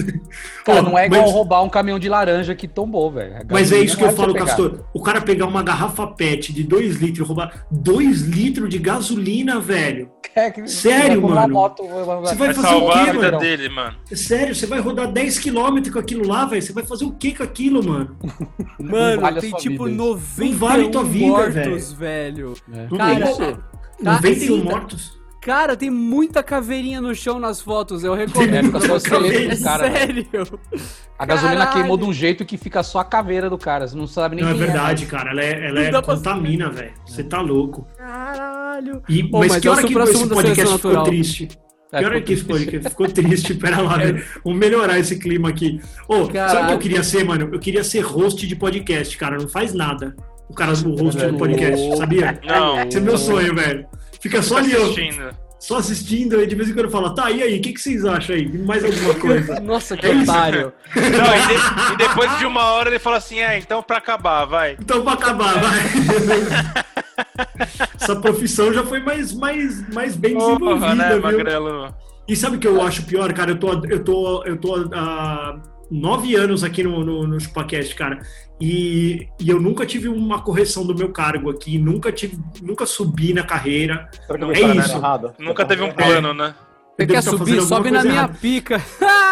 Cara, Ó, não é igual mas, roubar um caminhão de laranja que tombou, velho. A mas é gasolina isso que não eu vai falo, te pegar. Castor. O cara pegar uma garrafa pet de dois litros e roubar dois litros de gasolina, velho. É que- Sério, vai com uma mano? moto, vai- vai- Você vai Vai fazer o salvar a quê, vida mano? dele, mano. Sério, você vai rodar dez quilômetros com aquilo lá, velho? Você vai fazer o que com aquilo, mano? Mano, vale a tem sua tipo vida isso. noventa Não vale tua vida, mortos, velho. É. Tudo Cara, isso. tá, noventa e um assim, tá- mortos? Cara, tem muita caveirinha no chão nas fotos, eu É, recomendo. fica só o esqueleto É do cara, sério. A gasolina Caralho. queimou de um jeito que fica só a caveira do cara. Você não sabe nem Não, é quem verdade, cara. Ela é, ela Não é dá pra- contamina, velho. Você tá louco. Caralho. E, Pô, mas, mas que eu hora sou que próximo esse da podcast seleção ficou natural. triste? É, Que hora ficou que esse triste. podcast ficou triste? Pera lá, velho. Vamos melhorar esse clima aqui. Ô, sabe o que Caralho. eu queria ser, mano? Eu queria ser host de podcast, cara. Não faz nada. O cara do host do podcast, sabia? Não. Esse é meu sonho, velho. Fica só ali, ó. assistindo. Só assistindo, e de vez em quando fala, tá, e aí, o que, que vocês acham aí? Mais alguma coisa? Nossa, que É isso. otário. Não, e, de- e depois de uma hora ele fala assim, é, então pra acabar, vai. Então, pra acabar, vai. Essa profissão já foi mais, mais, mais bem desenvolvida, Porra, né, viu? Magrelo? E sabe o que eu acho pior, cara? Eu tô, eu tô, eu tô há nove anos aqui no, no, no ChupaCast, cara. E, e eu nunca tive uma correção do meu cargo aqui, nunca tive, nunca subi na carreira. Será que eu É vou estar na isso. errada? Nunca teve um É. plano, né? Você Eu quer devo estar subir? fazendo alguma Sobe na coisa minha errada. pica.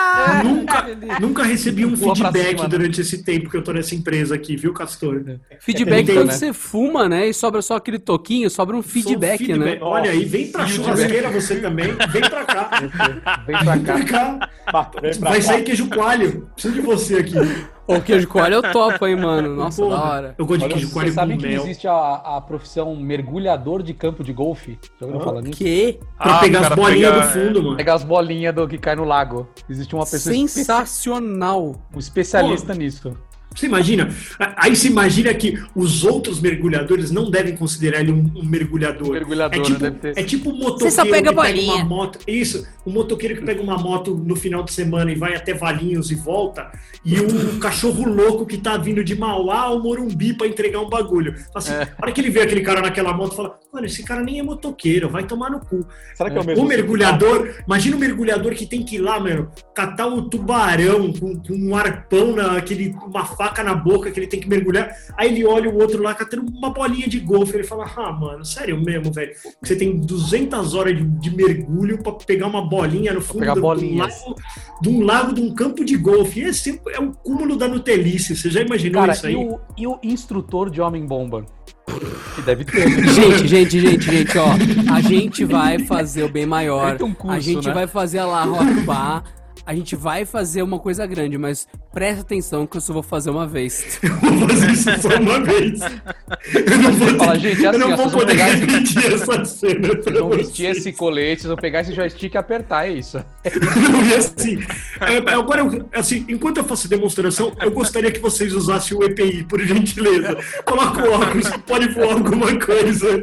Nunca, nunca recebi um Pula pra feedback cima. durante esse tempo que eu tô nessa empresa aqui, viu, Castor? Feedback É, quando né? você fuma, né? E sobra só aquele toquinho, sobra um feedback, Sou né? Olha aí, vem pra Feedback. churrasqueira você também, vem pra cá. Vem pra Vem pra cá. cá. Mata, vem pra Vai cá. sair queijo coalho. Preciso de você aqui. O queijo coalho eu topo, hein, mano. Nossa, Porra, da hora. Eu gosto de Olha, queijo Você coalho com sabe que mel. existe a, a profissão mergulhador de campo de golfe? Já ouviu falar nisso? Que Pra Ah, pegar o as cara bolinhas pegar, do fundo, mano. Pegar as bolinhas do que cai no lago. Existe uma pessoa espe- sensacional. um especialista nisso. Você imagina? Aí você imagina que os outros mergulhadores não devem considerar ele um, um mergulhador. Um mergulhador, é tipo, né? Deve ter. é tipo um Você só motoqueiro pega que pega bolinha. uma moto. Isso, um motoqueiro que pega uma moto no final de semana e vai até Valinhos e volta, e um cachorro louco que tá vindo de Mauá ao Morumbi pra entregar um bagulho. Fala assim, É. A hora que ele vê aquele cara naquela moto, fala: mano, esse cara nem é motoqueiro, vai tomar no cu. Será que é o mesmo? O mergulhador, imagina o mergulhador que tem que ir lá, mano, catar o tubarão com, com um arpão, na, aquele, uma faca na boca que ele tem que mergulhar. Aí ele olha o outro lá catando uma bolinha de golfe. Ele fala: ah, mano, sério mesmo, velho. Você tem duzentas horas de, de mergulho pra pegar uma bolinha no fundo pegar do, de um bolinhas. lago, de um lago, de um campo de golfe. Esse é o cúmulo da Nutelice. Você já imaginou Cara, isso aí? e o, e o instrutor de homem-bomba? Que deve ter. Gente, gente, gente, gente, ó. A gente vai fazer o bem maior. Deve ter um curso, a gente né? vai fazer a La Rockbar. A gente vai fazer uma coisa grande, mas presta atenção que eu só vou fazer uma vez. Eu vou fazer isso só uma vez. Eu não vou, Fala, ter- gente, é eu não assim, ó, vou vocês vão poder pegar esse- repetir essa cena. pra Vocês vão vestir vocês. esse colete, vocês vão pegar esse joystick e apertar, é isso. Não, e assim, é, agora, eu- assim, enquanto eu faço a demonstração, eu gostaria que vocês usassem o E P I, por gentileza. Coloca o óculos, pode voar alguma coisa.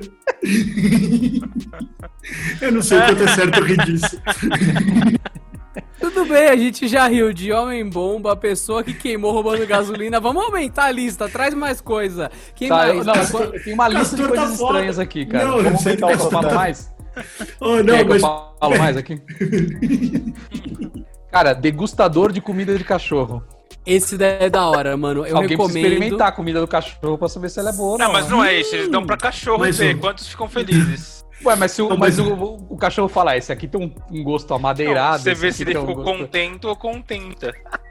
Eu não sei o quanto é certo eu rir disso. Tudo bem, a gente já riu de Homem-Bomba, a pessoa que queimou roubando gasolina. Vamos aumentar a lista, traz mais coisa. Quem Tá, eu, mais? não, Agora- eu tenho uma lista de Castor tá coisas foda. estranhas aqui, cara. Não, eu Vamos sei aumentar que o tá falo foda. mais? Oh, Quer não, que mas eu falo mais aqui? Cara, degustador de comida de cachorro. Esse daí é da hora, mano. Eu Alguém precisa recomendo. experimentar a comida do cachorro pra saber se ela é boa ou Não, não. mas não é isso. Eles dão pra cachorro Mas, ver ó, quantos ficam felizes. Ué, mas, se o, Não, mas mas- o, o cachorro fala, esse aqui tem um, um gosto amadeirado. Você esse vê aqui se ele tem um ficou gosto- contento ou contenta.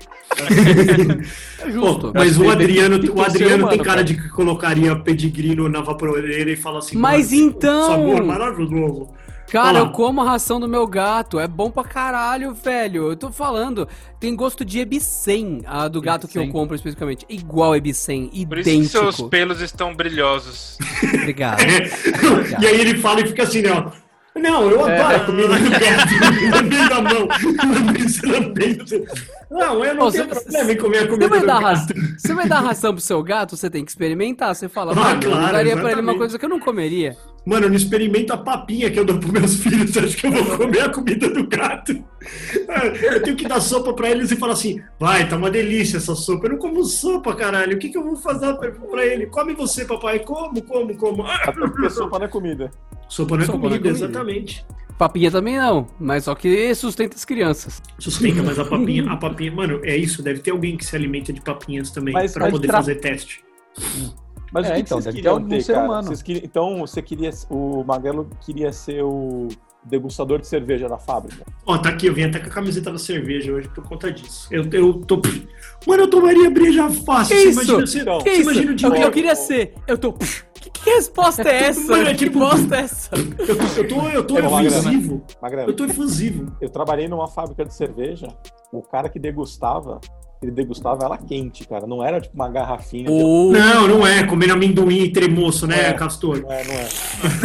É justo. Pô, mas o Acho que Adriano, tem que o ser Adriano humano, tem cara cara. de que colocaria pedigree no- na vaporeira e fala assim... Mas "Mano, então- Sabor maravilhoso. Cara, Olha lá. eu como a ração do meu gato. É bom pra caralho, velho. Eu tô falando. Tem gosto de Ebicem, a do gato que eu Ebicem. compro especificamente. Igual Ebicem, Por isso que idêntico. seus pelos estão brilhosos. Obrigado. E aí ele fala e fica assim, né, ó. Não, eu adoro a comida do gato. Lambendo a mão. Lambendo. Não, eu não Ô, tenho cê- problema em comer a Você comida vai, do dar gato. ração, você vai dar ração pro seu gato, você tem que experimentar. Você fala, Ah, mano, eu claro, daria pra ele uma exatamente. coisa que eu não comeria. Mano, eu não experimento a papinha que eu dou pros meus filhos. Você acha que eu vou comer a comida do gato? Eu tenho que dar sopa pra eles e falar assim, vai, tá uma delícia essa sopa. Eu não como sopa, caralho. O que, que eu vou fazer pra, pra ele? Come você, papai. Como, como, como. Ah, Até porque sopa não é comida. sopa não é Sopa não é comida, comida. exatamente. Papinha também não, mas só que sustenta as crianças. Suspeita, mas a papinha, a papinha, mano, é isso, deve ter alguém que se alimenta de papinhas também, Mas- pra mas poder tra- fazer teste. Mas É, o que, então, que vocês deve ter queriam algum ter, ser cara? humano. Vocês queriam- então, você queria... O Magrelo queria ser o degustador de cerveja da fábrica. Ó, tá aqui, eu vim até com a camiseta da cerveja hoje por conta disso. Eu, eu tô... Mano, eu tomaria breja fácil, Que você isso? imagina... Você, Não. você Que isso? imagina o Eu, dinheiro... eu queria ser. Eu tô. Que, que resposta é, essa? Mano, é que tipo- bosta é essa? Eu tô, eu tô, eu tô É uma efusivo. Magrelo, Eu tô efusivo. eu trabalhei numa fábrica de cerveja, o cara que degustava, ele degustava ela quente, cara. Não era tipo uma garrafinha. de- Ou. Não, não é. Comer amendoim e tremoço, né, É. Castor? Não é, não é.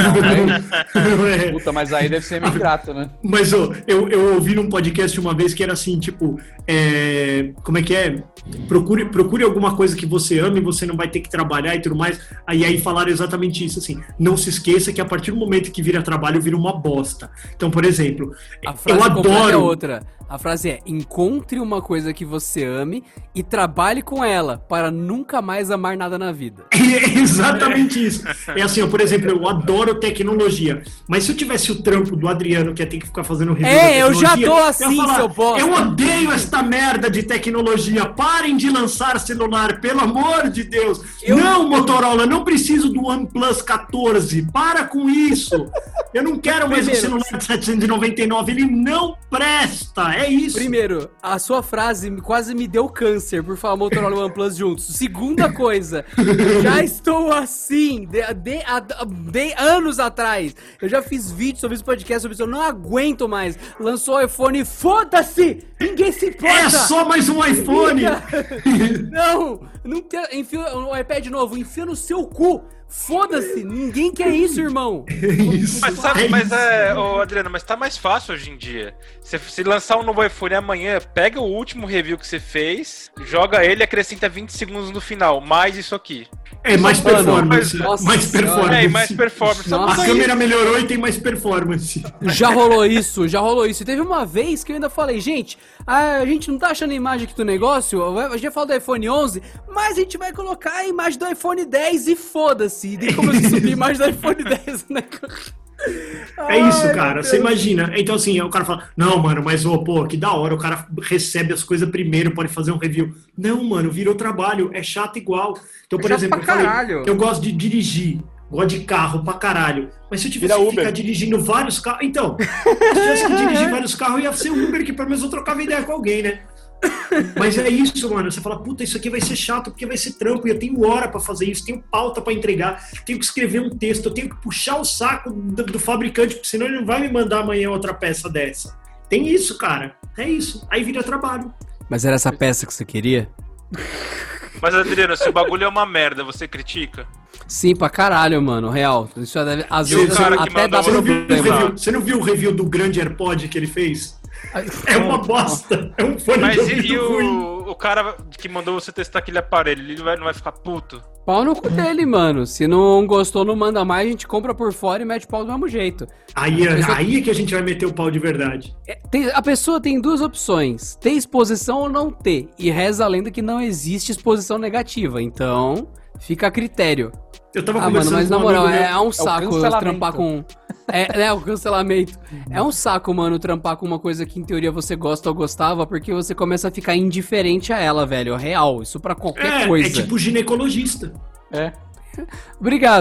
Não é. Puta, mas aí deve ser meio grato, né? Mas ô, eu, eu ouvi num podcast uma vez que era assim, tipo, é, como é que é? Procure, procure alguma coisa que você ame, você não vai ter que trabalhar e tudo mais. Aí aí falaram exatamente isso, assim, não se esqueça que a partir do momento que vira trabalho, vira uma bosta. Então, por exemplo, A frase eu completa é adoro... outra. A frase é: encontre uma coisa que você ame e trabalhe com ela para nunca mais amar nada na vida. É exatamente isso. É assim, ó, por exemplo, eu adoro tecnologia, mas se eu tivesse o trampo do Adriano, que ia ter que ficar fazendo review da É, eu já tecnologia, tô eu ia assim, falar, seu bosta. Eu odeio esta merda de tecnologia. Parem de lançar celular, pelo amor de Deus. Eu- Não, Motorola, não preciso do OnePlus quatorze. Para com isso. Eu não quero mais o Primeiro- celular de setecentos e noventa e nove. Ele não presta. É isso. Primeiro, a sua frase quase me deu câncer por falar Motorola e OnePlus juntos. Segunda coisa, eu já estou assim, de, de, a- de anos atrás. Eu já fiz vídeo sobre esse podcast, sobre isso, eu não aguento mais. Lançou o iPhone, foda-se! Ninguém se importa! É só mais um iPhone. Não! Não quero, enfia o iPad novo, enfia no seu cu! Foda-se! Ninguém quer isso, irmão! Isso. Mas, sabe, É mas isso. é, ô, Adriano, mas tá mais fácil hoje em dia. Você se lançar um novo iPhone amanhã, pega o último review que você fez, joga ele e acrescenta vinte segundos no final, mais isso aqui. É mais Mano, performance. nossa mais senhora. performance. É, e mais performance. Só Nossa. A muda câmera isso. melhorou e tem mais performance. Já rolou isso, já rolou isso. E teve uma vez que eu ainda falei, gente, a gente não tá achando a imagem aqui do negócio, a gente já falou do iPhone onze, mas a gente vai colocar a imagem do iPhone dez e foda-se. E daí começou a subir a imagem do iPhone dez, né? É isso, cara. Você imagina. Então, assim, o cara fala, não, mano, mas, ô, pô, que da hora, o cara recebe as coisas primeiro, pode fazer um review. Não, mano, virou trabalho, é chato igual. Então, por chato exemplo, pra eu falei caralho. que eu gosto de dirigir, gosto de carro pra caralho. Mas se eu tivesse Vira que Uber. ficar dirigindo vários carros... Então, se eu tivesse que dirigir vários carros, ia ser Uber, que pelo menos eu trocava ideia com alguém, né? Mas é isso, mano. Você fala, puta, isso aqui vai ser chato porque vai ser trampo. E eu tenho hora pra fazer isso, tenho pauta pra entregar, tenho que escrever um texto, eu tenho que puxar o saco do, do fabricante, porque senão ele não vai me mandar amanhã outra peça dessa. Tem isso, cara. É isso. Aí vira trabalho. Mas era essa peça que você queria? Mas, Adriano, se o bagulho é uma merda, você critica? Sim, pra caralho, mano, real. Isso já deve, às E o vezes cara que até dá mandou Você não, viu o problema. review, você não viu o review do grande AirPod que ele fez? É uma bosta. É um fone Mas de e, ouvido e ruim. o, o cara que mandou você testar aquele aparelho, ele não vai, não vai ficar puto? Pau no cu dele, mano. Se não gostou, não manda mais, a gente compra por fora e mete pau do mesmo jeito. Aí, é- Pessoa- aí é que a gente vai meter o pau de verdade. É, tem- a pessoa tem duas opções: ter exposição ou não ter. E reza a lenda que não existe exposição negativa. Então, fica a critério. Eu tava Ah, mano, conversando mas com na um moral, amigo é, meu- é um saco cancelamento. trampar com. É, é, o cancelamento. É um saco, mano, trampar com uma coisa que em teoria você gosta ou gostava, porque você começa a ficar indiferente a ela, velho. Real. Isso pra qualquer É, coisa. é tipo ginecologista. É. Obrigado.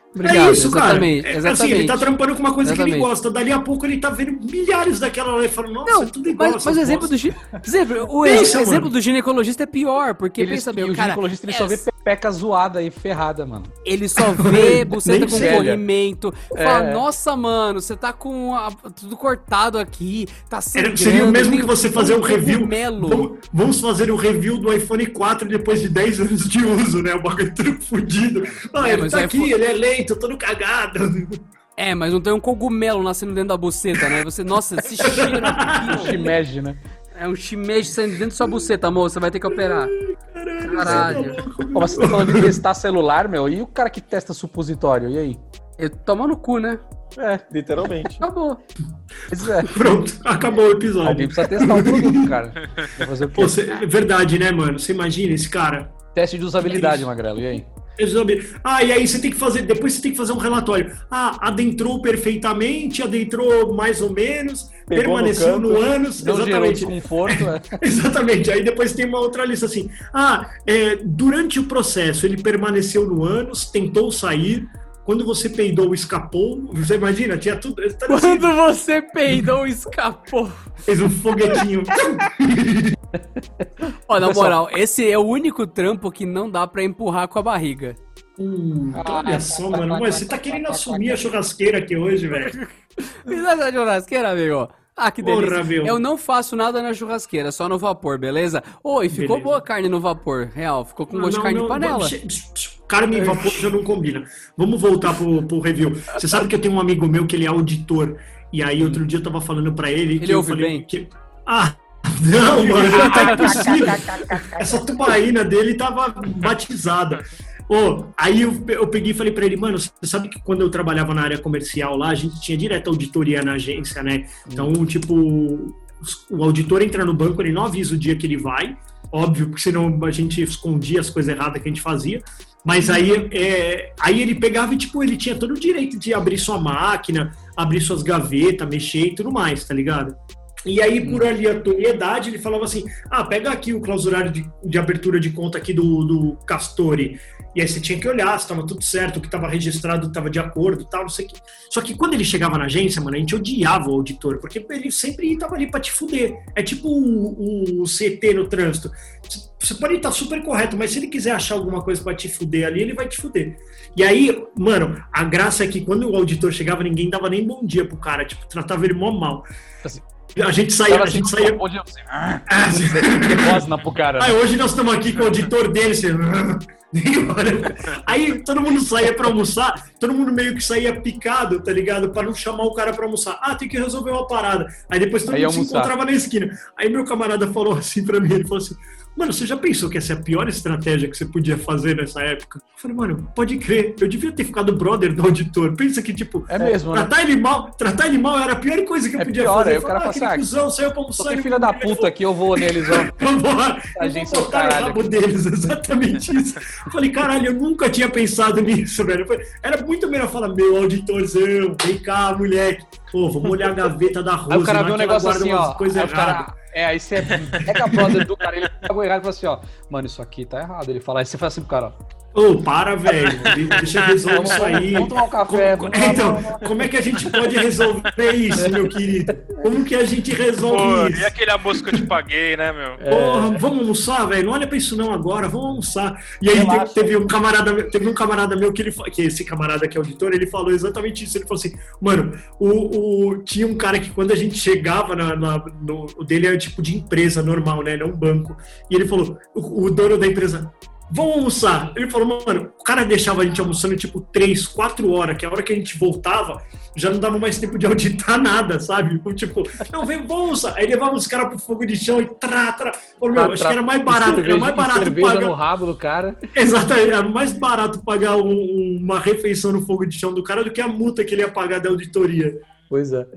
Obrigado, é isso, cara. exatamente, É, exatamente. Assim, ele tá trampando com uma coisa Exatamente. que ele gosta. Dali a pouco ele tá vendo milhares daquela lá e fala, nossa, Não, é tudo igual. mas, mas o essas exemplo do, bosta. gi- exemplo, o Pensa, exemplo mano. do ginecologista é pior, porque Ele, pensa bem, o o cara, ginecologista ele é- só vê pepeca zoada e ferrada, mano. ele só vê buceta Nem com sério. corrimento, fala, É. nossa, mano, você tá com a- tudo cortado aqui, tá Era- sangrando. Seria o mesmo tem que você fazer um review. cogumelo. Vamos, vamos fazer um review do iPhone quatro depois de dez anos de uso, né? O bagulho tudo fudido. Ah, É, ele mas tá o aqui, iPhone- ele é lento, todo cagado. É, mas não tem um cogumelo nascendo dentro da buceta, né? Você, nossa, se cheira aqui, Shimeji, né? é um shimeji saindo dentro da sua buceta, moça, você vai ter que operar. Caralho. Pô, mas você tá falando de testar celular, meu? E o cara que testa supositório? E aí? Eu tomo no cu, né? É, Literalmente. Acabou. pois é. Pronto, acabou o episódio. Alguém precisa testar o produto, cara. Vai fazer o quê? Pô, cê- é verdade, né, mano? Você imagina esse cara. Teste de usabilidade, Magrelo. E aí? Resolve. Ah, e aí você tem que fazer. Depois você tem que fazer um relatório. Ah, adentrou perfeitamente, adentrou mais ou menos, Pegou permaneceu no no, canto, ânus. Não gerou Exatamente. desconforto, é. Exatamente. Aí depois tem uma outra lista assim. Ah, é, durante o processo ele permaneceu no ânus, tentou sair. Quando você peidou, escapou. Você imagina? Tinha tudo. Tá assim, Quando você peidou, escapou. fez um foguetinho. Ó, na moral, esse é o único trampo que não dá pra empurrar com a barriga. Hum, olha só, mano. Mas você tá querendo assumir a churrasqueira aqui hoje, velho. Precisa da churrasqueira, amigo? Ah, que delícia. Porra, meu. Eu não faço nada na churrasqueira, só no vapor, beleza? Oi, ficou Beleza. boa a carne no vapor, real. Ficou com gosto de Não, carne não, de panela. não, psh, psh, psh, Carne em vapor já não combina. Vamos voltar pro, pro review. Você sabe que eu tenho um amigo meu que ele é auditor. E aí, outro dia eu tava falando pra ele que Ele eu ouve falei bem? que... Ah, não, mano, tá impossível. Essa tubaína dele tava batizada. Ô, aí eu, eu peguei e falei pra ele, mano, você sabe que quando eu trabalhava na área comercial lá, a gente tinha direto auditoria na agência, né? Então, tipo, o auditor entra no banco, ele não avisa o dia que ele vai, óbvio, porque senão a gente escondia as coisas erradas que a gente fazia. Mas aí, é, aí ele pegava e, tipo, ele tinha todo o direito de abrir sua máquina, abrir suas gavetas, mexer e tudo mais, tá ligado? E aí, por aleatoriedade, ele falava assim, ah, pega aqui o clausurário de, de abertura de conta aqui do, do Castori. E aí você tinha que olhar se estava tudo certo, o que estava registrado estava de acordo, tal, não sei o quê. Só que quando ele chegava na agência, mano, a gente odiava o auditor, porque ele sempre estava ali para te fuder. É tipo o, o C T no trânsito. Você pode estar super correto, mas se ele quiser achar alguma coisa para te fuder ali, ele vai te fuder. E aí, mano, a graça é que quando o auditor chegava, ninguém dava nem bom dia pro cara, tipo, tratava ele mó mal. Assim, A gente saía, Tava a gente assim, saía... pode- assim, ah, Ah, assim, rosna pro cara. ah, hoje nós estamos aqui com o auditor dele, assim, nem olha. Aí todo mundo saía pra almoçar, todo mundo meio que saía picado, tá ligado? Pra não chamar o cara pra almoçar. Ah, tem que resolver uma parada. Aí depois todo Aí mundo se almoçar. encontrava na esquina. Aí meu camarada falou assim pra mim, ele falou assim, mano, você já pensou que essa é a pior estratégia que você podia fazer nessa época? Eu falei, mano, pode crer, eu devia ter ficado brother do auditor. Pensa que, tipo, É mesmo, né? tratar ele mal, tratar ele mal era a pior coisa que eu É podia pior, fazer. aí Eu o cara falei, fala ah, aquele assim, cuzão saiu pra almoçar. Só tem ele filha da não- puta aqui, eu vou neles, ó. Vambora, eu Agência vou do botar no caralho. rabo deles, exatamente isso. Eu falei, caralho, eu nunca tinha pensado nisso, velho. Eu falei, era muito melhor falar, meu auditorzão, vem cá, moleque. Pô, vamos olhar a gaveta da Rose. Aí o cara lá vê um que ela negócio guarda assim, umas ó. coisas Aí o cara, erradas. é, aí você pega a brother do cara, ele pagou errado e fala assim, ó. Mano, isso aqui tá errado. Ele fala, aí você fala assim pro cara, ó. Ô, para, velho. Deixa eu resolver isso aí. Vamos tomar um café. Como- vamos- então, como é que a gente pode resolver isso, meu querido? Como que a gente resolve Pô, isso? e aquele almoço que eu te paguei, né, meu? Porra, vamos almoçar, velho? Não olha pra isso não agora, vamos almoçar. E aí Relaxa. te- teve um camarada, meu- teve um camarada meu que ele fa- que esse camarada que é auditor, ele falou exatamente isso. Ele falou assim, mano, o, o- tinha um cara que quando a gente chegava na, na- no, o dele é tipo de empresa normal, né? Não um banco. E ele falou, o, o dono da empresa, vamos almoçar. Ele falou, mano, o cara deixava a gente almoçando tipo três, quatro horas, que a hora que a gente voltava, já não dava mais tempo de auditar nada, sabe? Tipo, não, vem, vamos almoçar. Aí levava os caras pro fogo de chão e trá, trá. Falou, meu, acho que era mais barato, era mais barato cerveja pagar. no rabo do cara. Exatamente, era mais barato pagar um- uma refeição no fogo de chão do cara do que a multa que ele ia pagar da auditoria. Pois é.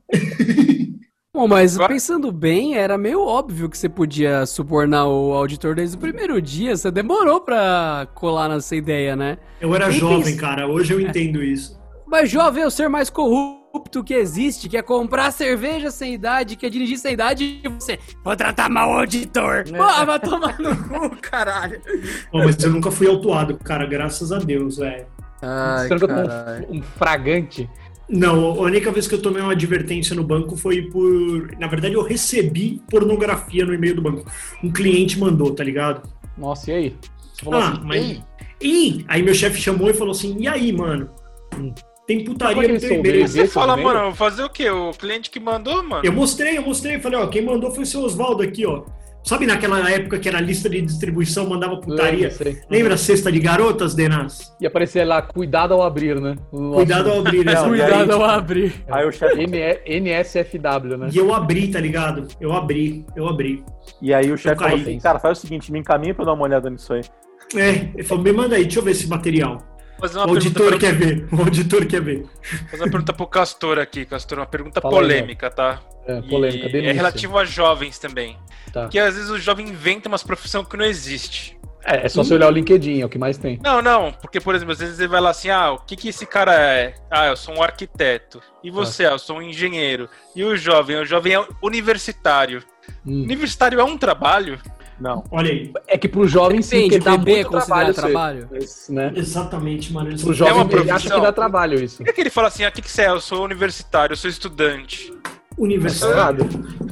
Bom, mas pensando bem, era meio óbvio que você podia subornar o auditor desde o primeiro dia. Você demorou pra colar nessa ideia, né? Eu era Nem jovem, pense- cara, hoje eu entendo isso. Mas jovem é o ser mais corrupto que existe, que é comprar cerveja sem idade, que é dirigir sem idade e você... Vou tratar mal o auditor. Pô, vai tomar no cu, caralho. Bom, mas eu nunca fui autuado, cara, graças a Deus, velho. Ai, Será que eu tomo caralho. um, um fragante? Não, a única vez que eu tomei uma advertência no banco foi por... Na verdade, eu recebi pornografia no e-mail do banco. Um cliente mandou, tá ligado? Nossa, e aí? Você falou Ah, assim, mas... "Ei, E aí meu chefe chamou e falou assim, e aí, mano? Tem putaria Pode no teu resolver e-mail? isso? Você Esse fala, e-mail? mano, fazer o quê? O cliente que mandou, mano? Eu mostrei, eu mostrei. Falei, ó, quem mandou foi o seu Oswaldo aqui, ó. Sabe naquela época que era a lista de distribuição, mandava putaria? lembro, sei. Lembra a cesta de garotas, Denas? E aparecer lá, cuidado ao abrir, né? O Cuidado ao abrir. Não, essa- e aí, Cuidado ao tipo, abrir. Aí o chefe N N S F W, né? E eu abri, tá ligado? Eu abri, eu abri. E aí o chefe caí. falou assim, cara, faz o seguinte, me encaminha pra eu dar uma olhada nisso aí. É, ele falou, me manda aí, deixa eu ver esse material. Fazer O uma auditor pergunta quer ver, o auditor quer ver. pra, fazer uma pergunta pro Castor aqui, Castor, uma pergunta Fala aí, polêmica, tá? É, polêmica, E denúncia. é relativo a jovens também. Tá. Que às vezes o jovem inventa umas profissões que não existe. É, é só você olhar o LinkedIn, é o que mais tem. Não, não, porque, por exemplo, às vezes ele vai lá assim, ah, o que que esse cara é? Ah, eu sou um arquiteto. E você, ah, eu sou um engenheiro. E o jovem? O jovem é universitário. Hum. Universitário é um trabalho? Não. Olha aí. É que pro jovem sim, Depende, porque dá bebê é muito considerado trabalho. trabalho? Isso, né? Exatamente, mano. Eles Pro É jovem uma ele profissão. acha que dá trabalho isso. Por que, que ele fala assim, ah, o que que você é? Eu sou universitário, eu sou estudante. Universitário.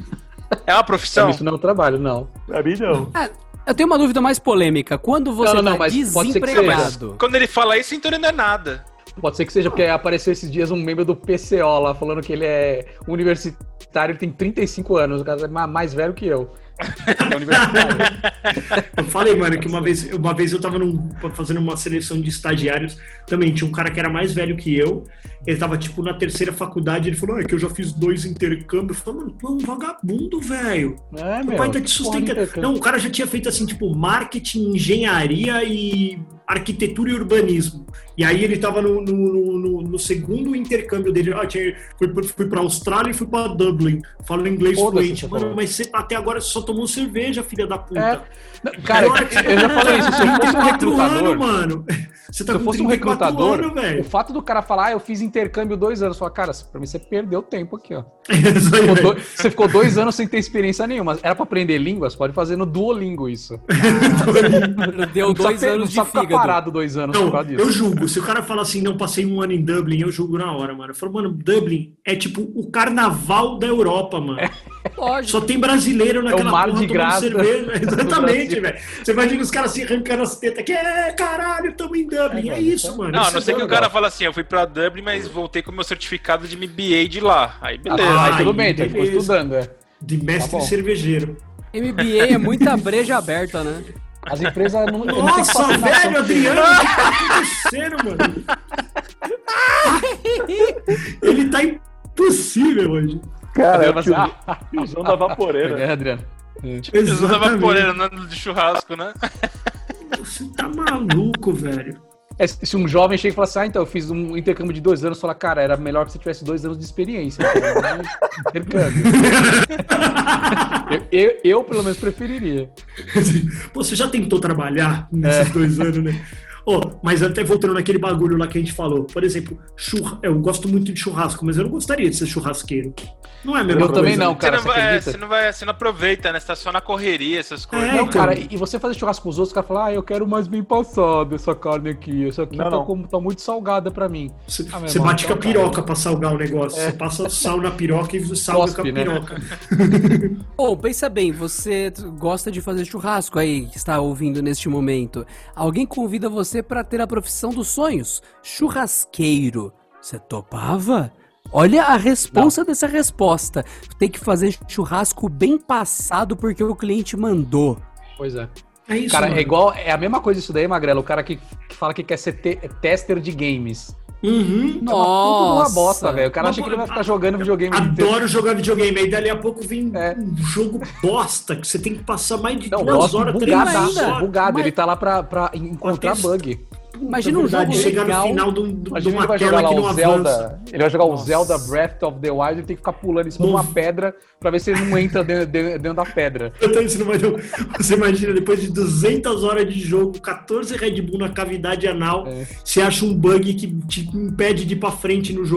É uma Então, profissão? isso não é um trabalho, não. Pra mim, não. Eu tenho uma dúvida mais polêmica. Quando você Não, não, não, tá mas pode ser que desempregado... Quando ele fala isso, então ele não é nada. Pode ser que seja, porque apareceu esses dias um membro do P C O lá, falando que ele é universitário, ele tem trinta e cinco anos, o cara é ma- mais velho que eu. É universitário. Eu falei, mano, que uma vez, uma vez eu tava num- fazendo uma seleção de estagiários, também tinha um cara que era mais velho que eu, ele tava, tipo, na terceira faculdade, ele falou, ah, é que eu já fiz dois intercâmbios. Eu falei, mano, tu é um vagabundo, velho. É, Meu pai tá te sustentando. Não, o cara já tinha feito, assim, tipo, marketing, engenharia e arquitetura e urbanismo. E aí ele tava no, no, no, no segundo intercâmbio dele. Ah, tinha, fui, fui pra Austrália e fui pra Dublin. Falo inglês Foda-se, fluente. você Mano, falou. mas você até agora só tomou cerveja, filha da puta. É. Não, cara, eu já falei isso, se eu fosse um trinta e quatro recrutador, anos, mano. Você tá se eu com fosse um trinta e quatro recrutador, anos, o velho. fato do cara falar, ah, eu fiz intercâmbio dois anos, fala, cara, pra mim você perdeu tempo aqui, ó. Isso aí, Ficou velho. dois- você ficou dois anos sem ter experiência nenhuma. Era pra aprender línguas? Pode fazer no Duolingo isso. Deu Não dois precisa, anos não de precisa ficar fígado. parado dois anos por Não, causa disso. eu julgo. Se o cara fala assim, não, passei um ano em Dublin, eu julgo na hora, mano. Eu falo, mano, Dublin é tipo o carnaval da Europa, mano. Lógico. Só tem brasileiro naquela É mar porra de tomando graça cerveja. do Exatamente, Brasil. velho. Você imagina os caras se arrancando as tetas aqui. É, caralho, tamo em Dublin. É, É, velho, isso, mano. Não, a Isso não é ser que o legal. cara fala assim, eu fui pra Dublin, mas voltei com o meu certificado de M B A de lá. Aí beleza. Ah, Ai, aí tudo bem, então ficou beleza. estudando, é. De mestre Tá bom. cervejeiro. M B A é muita breja aberta, né? As empresas não, não tem que Nossa, passar velho, Adriano, o que tá acontecendo, mano? Ele tá impossível hoje. Cara, é o Adriano, tio- ah, tiozão da vaporeira. É, Adriano. Eles usavam vaporeira andando de churrasco, né? Você tá maluco, velho. É, se um jovem chega e fala assim, ah, então eu fiz um intercâmbio de dois anos, fala, cara, era melhor que você tivesse dois anos de experiência. Então, intercâmbio. eu, eu, eu, pelo menos, preferiria. Pô, você já tentou trabalhar nesses dois anos, né? Oh, mas até voltando naquele bagulho lá que a gente falou, por exemplo, churra... eu gosto muito de churrasco, mas eu não gostaria de ser churrasqueiro. Não é a mesma Eu coisa. também não, Você cara, não, você vai, acredita? você, não vai, você não aproveita, né? Você tá só na correria, essas coisas. É, Não, né? cara, e você fazer churrasco com os outros, o cara fala, ah, eu quero mais bem passado essa carne aqui, essa aqui Não, tá, não. como- tá muito salgada pra mim. Você, Ah, meu você irmão, bate com a então, piroca pra salgar o negócio. Você passa sal na piroca e salga Cospe, com a né? piroca. Bom, pensa bem, você t- gosta de fazer churrasco aí, que está ouvindo neste momento. Alguém convida você para ter a profissão dos sonhos, churrasqueiro. Você topava? Olha a responsa dessa resposta. Tem que fazer churrasco bem passado porque o cliente mandou. Pois é. É isso, Cara, mano. é igual, é a mesma coisa isso daí, Magrelo, o cara que, que fala que quer ser te- tester de games. Uhum. É uma puta de uma Nossa. bosta, velho. O cara Uma acha que bo- ele vai ficar jogando videogame o dia inteiro. Adoro jogar videogame. Aí dali a pouco vem É. um jogo bosta que você tem que passar mais de Não, duas bosta horas, três bugadaço, horas. bugado. Mas- Ele tá lá pra, pra encontrar Pode ter- bug. Imagina um verdade, jogo chegar legal. no final de, um- de Imagina ele uma vai tela jogar lá que não o avança. Zelda. Ele vai jogar o Nossa. Zelda Breath of the Wild e tem que ficar pulando em cima de uma Nossa. pedra pra ver se ele não entra dentro, dentro- dentro da pedra. Então, isso não vai dar- Você imagina, depois de duzentas horas de jogo, catorze Red Bull na cavidade anal, É. você acha um bug que te impede de ir pra frente no jogo.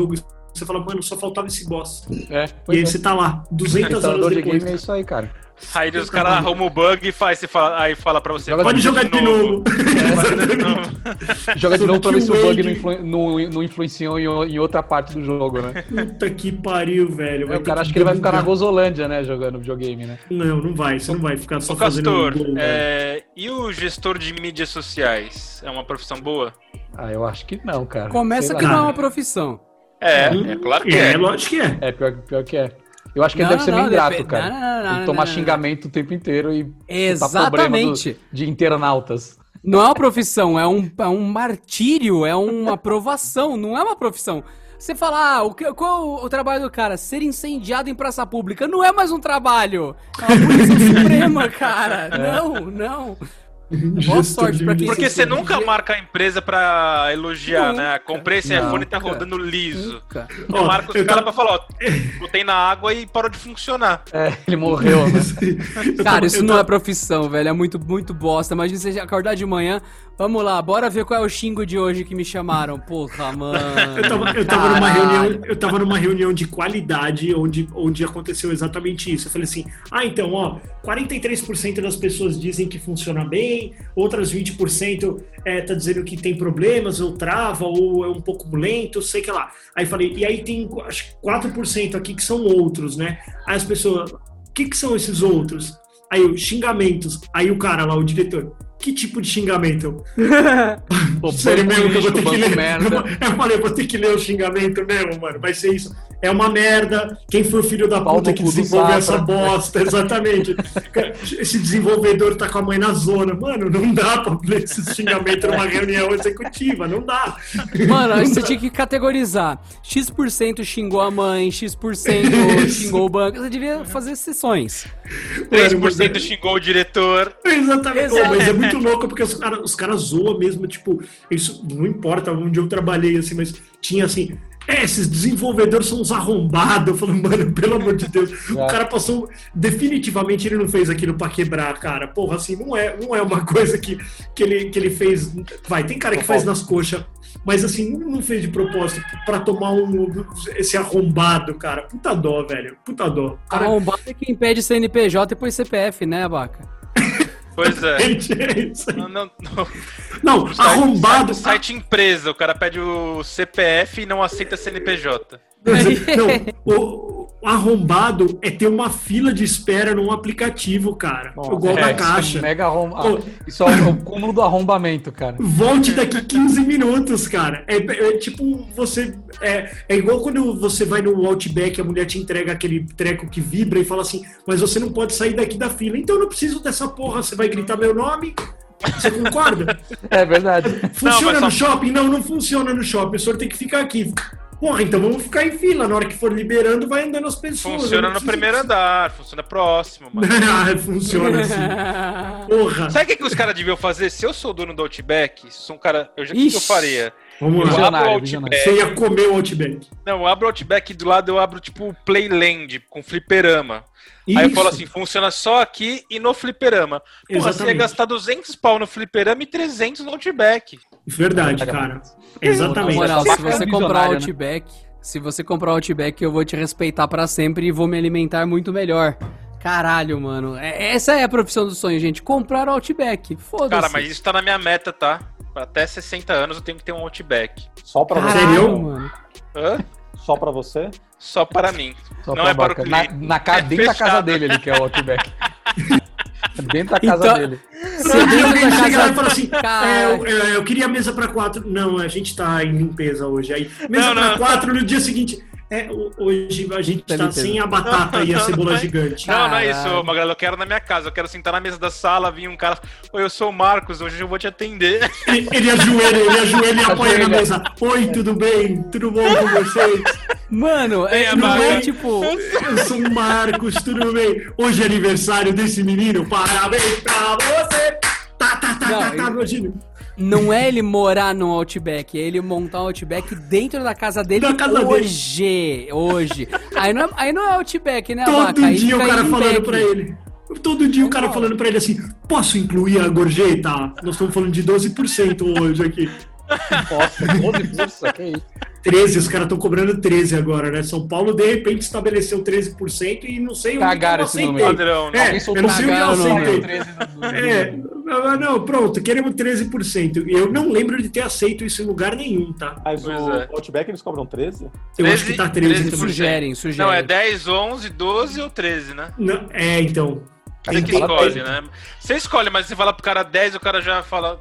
você fala, mano, só faltava esse boss. É, E aí você tá lá, duzentas horas Instalador de depois. game é isso aí, cara. Aí os caras arrumam o bug e faz, você fala, aí fala pra você, Joga Pode jogar de novo. Joga de novo. Joga de Só novo pra ver se o que o bug Wade- não, influ- não- não influenciou em, o- em outra parte do jogo, né? Puta que pariu, velho. É, Vai o ter cara acha que ele vai ficar na debugar. Gozolândia, né, jogando videogame, né? Não, não vai, você não vai ficar só Ô, fazendo Castor, gol, velho. é, e o gestor de mídias sociais? É uma profissão boa? Ah, eu acho que não, cara. Começa Sei que lá. não é uma profissão. É, Hum, é claro que É, é. lógico que é. É, pior, pior que é. Eu acho que ele Não, deve ser não, meio ingrato, depende- cara. não, não, não, Ele não, tomar não, não. xingamento o tempo inteiro e Exatamente. do- de internautas. Não é uma profissão, é um, é um martírio, é uma provação, não é uma profissão. Você fala, ah, o que, qual o, o trabalho do cara? Ser incendiado em praça pública. Não é mais um trabalho. É uma punição suprema, cara. Não, não. Boa Gestor sorte de pra quem mídia Porque você social. nunca marca a empresa pra elogiar, Nunca. né? Comprei esse Não, iPhone e tá cara. rodando liso. Nunca. Você Ó, marca os eu caras tava- pra falar, ó, botei na água e parou de funcionar. É, ele morreu, né? Eu Cara, tava- isso eu não tava- é profissão, velho. É muito, muito bosta. Imagina você acordar de manhã. Vamos lá, bora ver qual é o xingo de hoje que me chamaram. Porra, mano. Eu tava, eu, tava numa Caralho. reunião, eu tava numa reunião de qualidade onde, onde aconteceu exatamente isso. Eu falei assim: ah, então, ó, quarenta e três por cento das pessoas dizem que funciona bem, outras vinte por cento é, tá dizendo que tem problemas, ou trava, ou é um pouco lento, sei que lá. Aí falei, e aí tem acho que quatro por cento aqui que são outros, né? Aí as pessoas, o que, que são esses outros? Aí eu, xingamentos. Aí o cara lá, o diretor, que tipo de xingamento? Pô, Sério banco mesmo que eu vou lixo, ter que banco ler. merda. Eu falei, eu vou ter que ler o xingamento mesmo, mano. Vai ser isso. É uma merda. Quem foi o filho da Pau puta no que cu do desenvolveu essa Safra. bosta? Exatamente. Cara, esse desenvolvedor tá com a mãe na zona. Mano, não dá pra ler esse xingamento numa reunião executiva. Não dá. Mano, aí você tinha que categorizar. X% xingou a mãe, X% xingou o banco. Você devia fazer sessões. três por cento xingou o diretor. Exatamente. Exato. Ô, mas é muito louco porque os caras os cara zoam mesmo, tipo, isso não importa onde eu trabalhei, assim, mas tinha assim. É, esses desenvolvedores são uns arrombados. Eu falo, mano, pelo amor de Deus. É. O cara passou. Definitivamente ele não fez aquilo pra quebrar, cara. Porra, assim, não é, não é uma coisa que, que, ele, que ele fez. Vai, tem cara que faz nas coxas, mas assim, não, não fez de propósito pra tomar um, esse arrombado, cara. Puta dó, velho. Puta dó. Cara, Arrombado é quem pede C N P J e depois C P F, né, Abaca? Pois é. é isso aí. Não, não, não. Não, O site- arrombado. Site empresa, o cara pede o C P F e não aceita C N P J. Não, o, o arrombado é ter uma fila de espera num aplicativo, cara. Igual É, da isso é caixa. um mega arrom... Pô. ah, isso é o cúmulo do arrombamento, cara. Volte daqui quinze minutos, cara. É, é tipo você. É, é igual quando você vai no Outback, a mulher te entrega aquele treco que vibra e fala assim: mas você não pode sair daqui da fila. Então eu não preciso dessa porra. Você vai gritar meu nome? Você concorda? É verdade. Funciona mas no só- shopping? Não, não funciona no shopping. O senhor tem que ficar aqui. Porra, então vamos ficar em fila. Na hora que for liberando, vai andando as pessoas. Eu Funciona não no preciso- primeiro andar, funciona próximo, mano. Ah, funciona assim. Porra. Sabe o que, que os caras deviam fazer? Se eu sou dono do Outback, sou um cara. Eu já o que que eu Ixi. faria? Vamos Eu lá. Visionário, abro o visionário. Você Outback. ia comer o Outback. Não, eu abro o Outback e do lado eu abro tipo o Playland com fliperama. Aí eu Isso. falo assim, funciona só aqui e no fliperama. Porra, você ia Exatamente. gastar duzentos pau no fliperama e trezentos no Outback. Verdade, cara. Exatamente. Na moral, Mas se é você um comprar o visionário, né? Outback, se você comprar o Outback, eu vou te respeitar pra sempre e vou me alimentar muito melhor. Caralho, mano. É- essa é a profissão do sonho, gente. Comprar o Outback. Foda-se. Cara, mas isso tá na minha meta, tá? Até sessenta anos eu tenho que ter um Outback. Só pra você? Caralho, Sério? mano. Hã? Só pra você? Só para mim. Só Não pra é para o Baca. Na, cliente. na ca... É dentro da casa fechado. dele, ele quer o Outback. Dentro da casa Então- dele. Você Aí dentro alguém da chega lá casa- e fala assim: Cara. é, eu, eu- eu queria mesa pra quatro. Não, a gente tá em limpeza hoje. Aí, mesa Não, pra não. quatro no dia seguinte. É, ho- hoje a gente Tá tá limpeza. sem a batata e a Não, cebola não é- gigante. Não, não é isso, Caralho. Magrelo. Eu quero na minha casa. Eu quero sentar na mesa da sala, vir um cara. Oi, eu sou o Marcos, hoje eu vou te atender. Ele, ele ajoelha, ele ajoelha e apoia na Ajoelha. mesa. Oi, tudo bem? Tudo bom com vocês? Mano, é, Ei, não é Abaca. tipo... Eu sou o Marcos, tudo bem? Hoje é aniversário desse menino. Parabéns pra você! Tá, tá, tá, Não, tá, tá, ele- meu gênio. Não é ele morar no Outback, é ele montar um Outback dentro da casa dele Da casa dele. hoje. Hoje. Aí não, é, aí não é Outback, né, Todo Abaca? Aí dia o fica cara falando Inback. pra ele. Todo dia o cara falando pra ele assim: posso incluir a gorjeta? Nós estamos falando de doze por cento hoje aqui. Posso, doze força, que isso. treze, os caras estão cobrando treze agora, né? São Paulo, de repente, estabeleceu treze por cento e não sei Cagaram onde esse eu número. aceitei. Padrão, né? É, Alguém eu soltou não sei onde eu cagaram, aceitei. treze do- do- É, não, não, pronto, queremos treze por cento. Eu não lembro de ter aceito isso em lugar nenhum, tá? Mas Pois o é. Outback eles cobram treze? Eu acho que tá treze treze também. Sugerem, sugerem. Não, é dez, onze, doze ou treze, né? Não, é, então. Você que Tem- escolhe, né? Você escolhe, mas você fala pro cara dez, o cara já fala.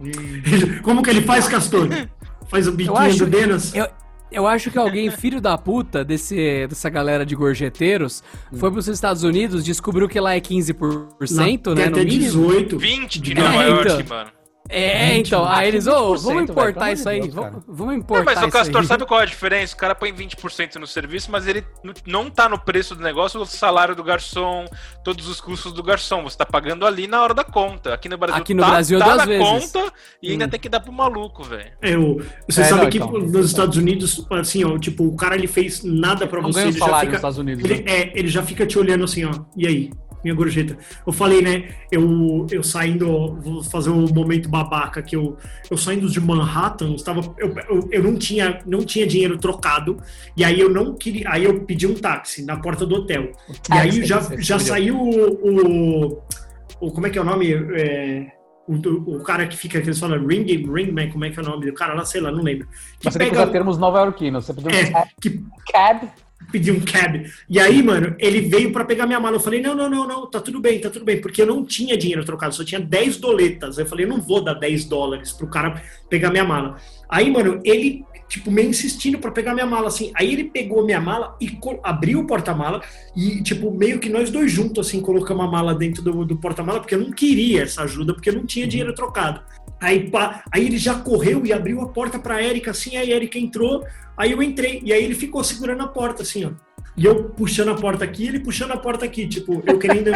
Como que ele faz, Castor? Faz o biquinho acho- do Denas? Eu, eu acho que alguém, filho da puta, desse, dessa galera de gorjeteiros, foi pros Estados Unidos, descobriu que lá é quinze por cento, Tem né? No até mínimo. dezoito. vinte de É, Nova York, então. mano. É, então, aí eles, ô, vinte por cento, vamos velho, importar pelo amor isso de aí, Deus, vamos, cara. vamos É, importar mas o isso Castor, aí. sabe qual é a diferença? O cara põe vinte por cento no serviço, mas ele n- não tá no preço do negócio, o salário do garçom, todos os custos do garçom. Você tá pagando ali na hora da conta. Aqui no Brasil Aqui no tá, Brasil, tá duas na vezes. conta e ainda Hum. tem que dar pro maluco, velho. É, o, você É, sabe não, que então. nos Estados Unidos, assim, ó, tipo, o cara ele fez nada pra Não você, ganha ele já salário nos fica, Estados Unidos. ele, né? é, ele já fica te olhando assim, ó, e aí? Minha gorjeta. Eu falei, né, eu, eu saindo, vou fazer um momento babaca, que eu, eu saindo de Manhattan, estava, eu, eu, eu não, tinha, não tinha dinheiro trocado, e aí eu não queria, aí eu pedi um táxi na porta do hotel. E aí já, já saiu o, o, o, como é que é o nome? É, o, o cara que fica, que eles falam, ring, ringman, como é que é o nome do cara lá, sei lá, não lembro. Que Mas você tem que usar termos nova-iorquinos. Você pediu um é, que cab. pedi um cab. E aí, mano, ele veio pra pegar minha mala. Eu falei, não, não, não, não, tá tudo bem, tá tudo bem. Porque eu não tinha dinheiro trocado, só tinha dez doletas. Eu falei, não vou dar dez dólares pro cara pegar minha mala. Aí, mano, ele, tipo, meio insistindo pra pegar minha mala, assim. Aí ele pegou minha mala e co- abriu o porta-mala e, tipo, meio que nós dois juntos, assim, colocamos a mala dentro do, do porta-mala, porque eu não queria essa ajuda, porque eu não tinha dinheiro trocado. Aí, pá, aí ele já correu e abriu a porta pra Érica, assim, aí a Érica entrou, aí eu entrei, e aí ele ficou segurando a porta, assim, ó. E eu puxando a porta aqui, ele puxando a porta aqui, tipo, eu querendo...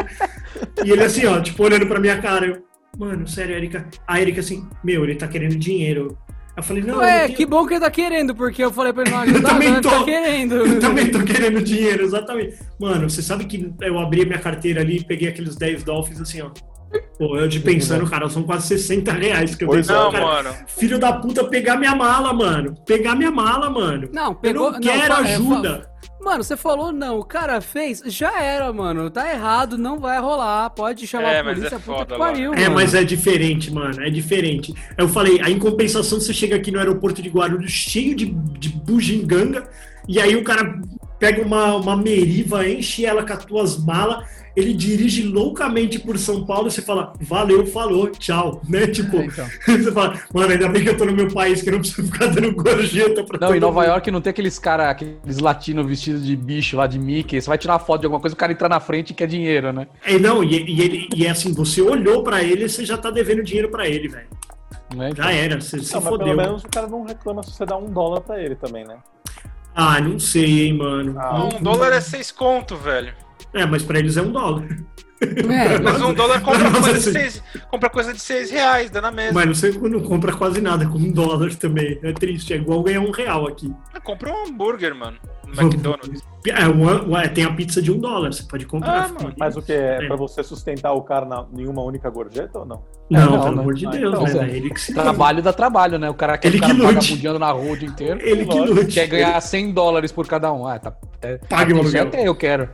e ele assim, ó, tipo, olhando pra minha cara, eu... Mano, sério, Érica... A Érica assim, meu, ele tá querendo dinheiro. Eu falei, não, eu Ué, não tenho... que bom que ele tá querendo, porque eu falei pra ele não ajudar, também mas ele tô. tá querendo. Eu também tô querendo dinheiro, exatamente. Mano, você sabe que eu abri a minha carteira ali e peguei aqueles dez dolphins assim, ó. Pô, eu de pensando, cara, são quase sessenta reais que eu Pois tenho. Não, Cara, mano. filho da puta, pegar minha mala, mano. Pegar minha mala, mano. Não, pegou... Eu não quero fa- é, ajuda. fa- Mano, você falou não, o cara fez, já era, mano, tá errado, não vai rolar, pode chamar É, a mas polícia, é puta foda que lá. pariu, É, mano. mas é diferente, mano, é diferente. Eu falei, aí em compensação você chega aqui no aeroporto de Guarulhos cheio de, de bugiganga, e aí o cara pega uma, uma meriva, enche ela com as tuas malas, ele dirige loucamente por São Paulo e você fala, valeu, falou, tchau, né? Tipo, É, então. você fala, mano, ainda bem que eu tô no meu país, que eu não preciso ficar dando gorjeta pra Não, todo em Nova mundo. York não tem aqueles caras, aqueles latinos vestidos de bicho lá, de Mickey. Você vai tirar uma foto de alguma coisa, o cara entra na frente e quer dinheiro, né? É, não, e, e, ele, e é assim, você olhou pra ele, você já tá devendo dinheiro pra ele, velho. Né? Já era, você se Não, mas fodeu. pelo menos o cara não reclama se você dá um dólar pra ele também, né? Ah, não sei, hein, mano. Ah, Um dólar é seis conto, velho. É, mas pra eles é um dólar. É, Mas um dólar compra Nossa, coisa, de assim. seis, compra coisa de seis reais, dá na mesa. Mas não sei quando não compra quase nada com um dólar também. É triste, é igual ganhar um real aqui. Compra um hambúrguer, mano. No McDonald's. É, uma, ué, tem a pizza de um dólar, você pode comprar. Ah, mano. Mas o que? É É. pra você sustentar o cara na, em uma única gorjeta ou não? Não, É, não, pelo né? amor de Ah, Deus, então, né? Zé, velho? Ele que se Trabalho dá trabalho, né? O cara quer Ele ficar que lute. vagabundeando na rua o dia inteiro. Ele que Lógico. lute. Quer ganhar cem dólares por cada um. Ah, tá. É, Pague o tá aluguel. certo, é, eu quero.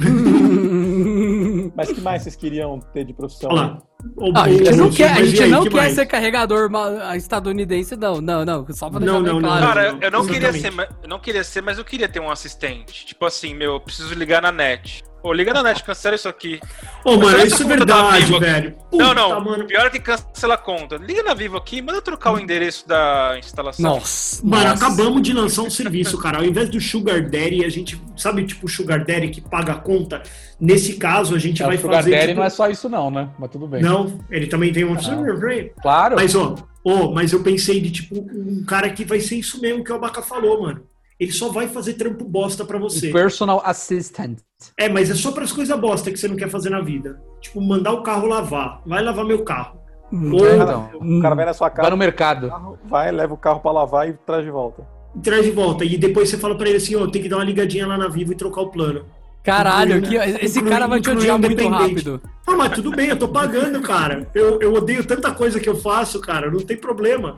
Mas que mais vocês queriam ter de profissão? Olha lá. O- Ah, a o- gente o- não mas quer, a e gente aí, não que quer mais? ser carregador ma- estadunidense, não, não, não, só pra deixar Não, bem não, claro. não. Cara, eu, eu não queria Exatamente. ser, mas- eu não queria ser, mas eu queria ter um assistente. Tipo assim, meu, eu preciso ligar na net. Ô, liga na net, cancela isso aqui. Ô, mano, Cancela isso essa é conta da verdade, Vivo aqui. velho. Não, Puta, não, Mano. pior é que cancela a conta. Liga na Vivo aqui, manda trocar o endereço da instalação. Nossa, Mano, nossa. acabamos de lançar um serviço, cara. Ao invés do Sugar Daddy, a gente, sabe, tipo, o Sugar Daddy que paga a conta? Nesse caso, a gente É, vai o Sugar fazer. Daddy tipo... não é só isso não, né? Mas tudo bem. Não, ele também tem um. Ah. Claro. Mas, ó, ó, mas eu pensei de, tipo, um cara que vai ser isso mesmo que o Abaca falou, mano. Ele só vai fazer trampo bosta pra você. Um personal assistant. É, mas é só pras coisas bosta que você não quer fazer na vida. Tipo, mandar o carro lavar. Vai lavar meu carro. Hum, Ou É, O cara, então. o cara vai na sua Vai casa, no mercado. vai, leva o carro pra lavar e traz de volta. traz de volta. E depois você fala pra ele assim, ó, tem que dar uma ligadinha lá na Vivo e trocar o plano. Caralho, Incluindo- que, esse cara vai te incluindo odiar muito independente. rápido. Ah, mas tudo bem, eu tô pagando, cara. Eu, eu odeio tanta coisa que eu faço, cara. Não tem problema.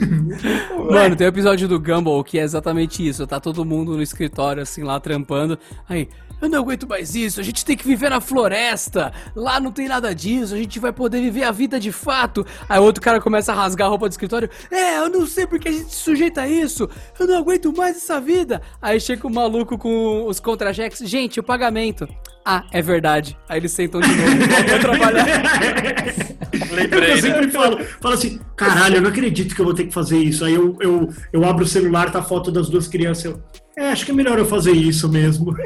Mano, tem um episódio do Gumball que é exatamente isso. Tá todo mundo no escritório, assim, lá trampando. Aí, eu não aguento mais isso. A gente tem que viver na floresta. Lá não tem nada disso. A gente vai poder viver a vida de fato. Aí outro cara começa a rasgar a roupa do escritório. É, eu não sei porque a gente se sujeita a isso. Eu não aguento mais essa vida. Aí chega o maluco com os contra-cheques. Gente, o pagamento. Ah, é verdade. Aí eles sentam de novo e voltam a trabalhar. Lembrei, Eu né? sempre falo, falo assim, caralho, eu não acredito que eu vou ter que fazer isso. Aí eu, eu, eu abro o celular, tá a foto das duas crianças. Eu, é, acho que é melhor eu fazer isso mesmo.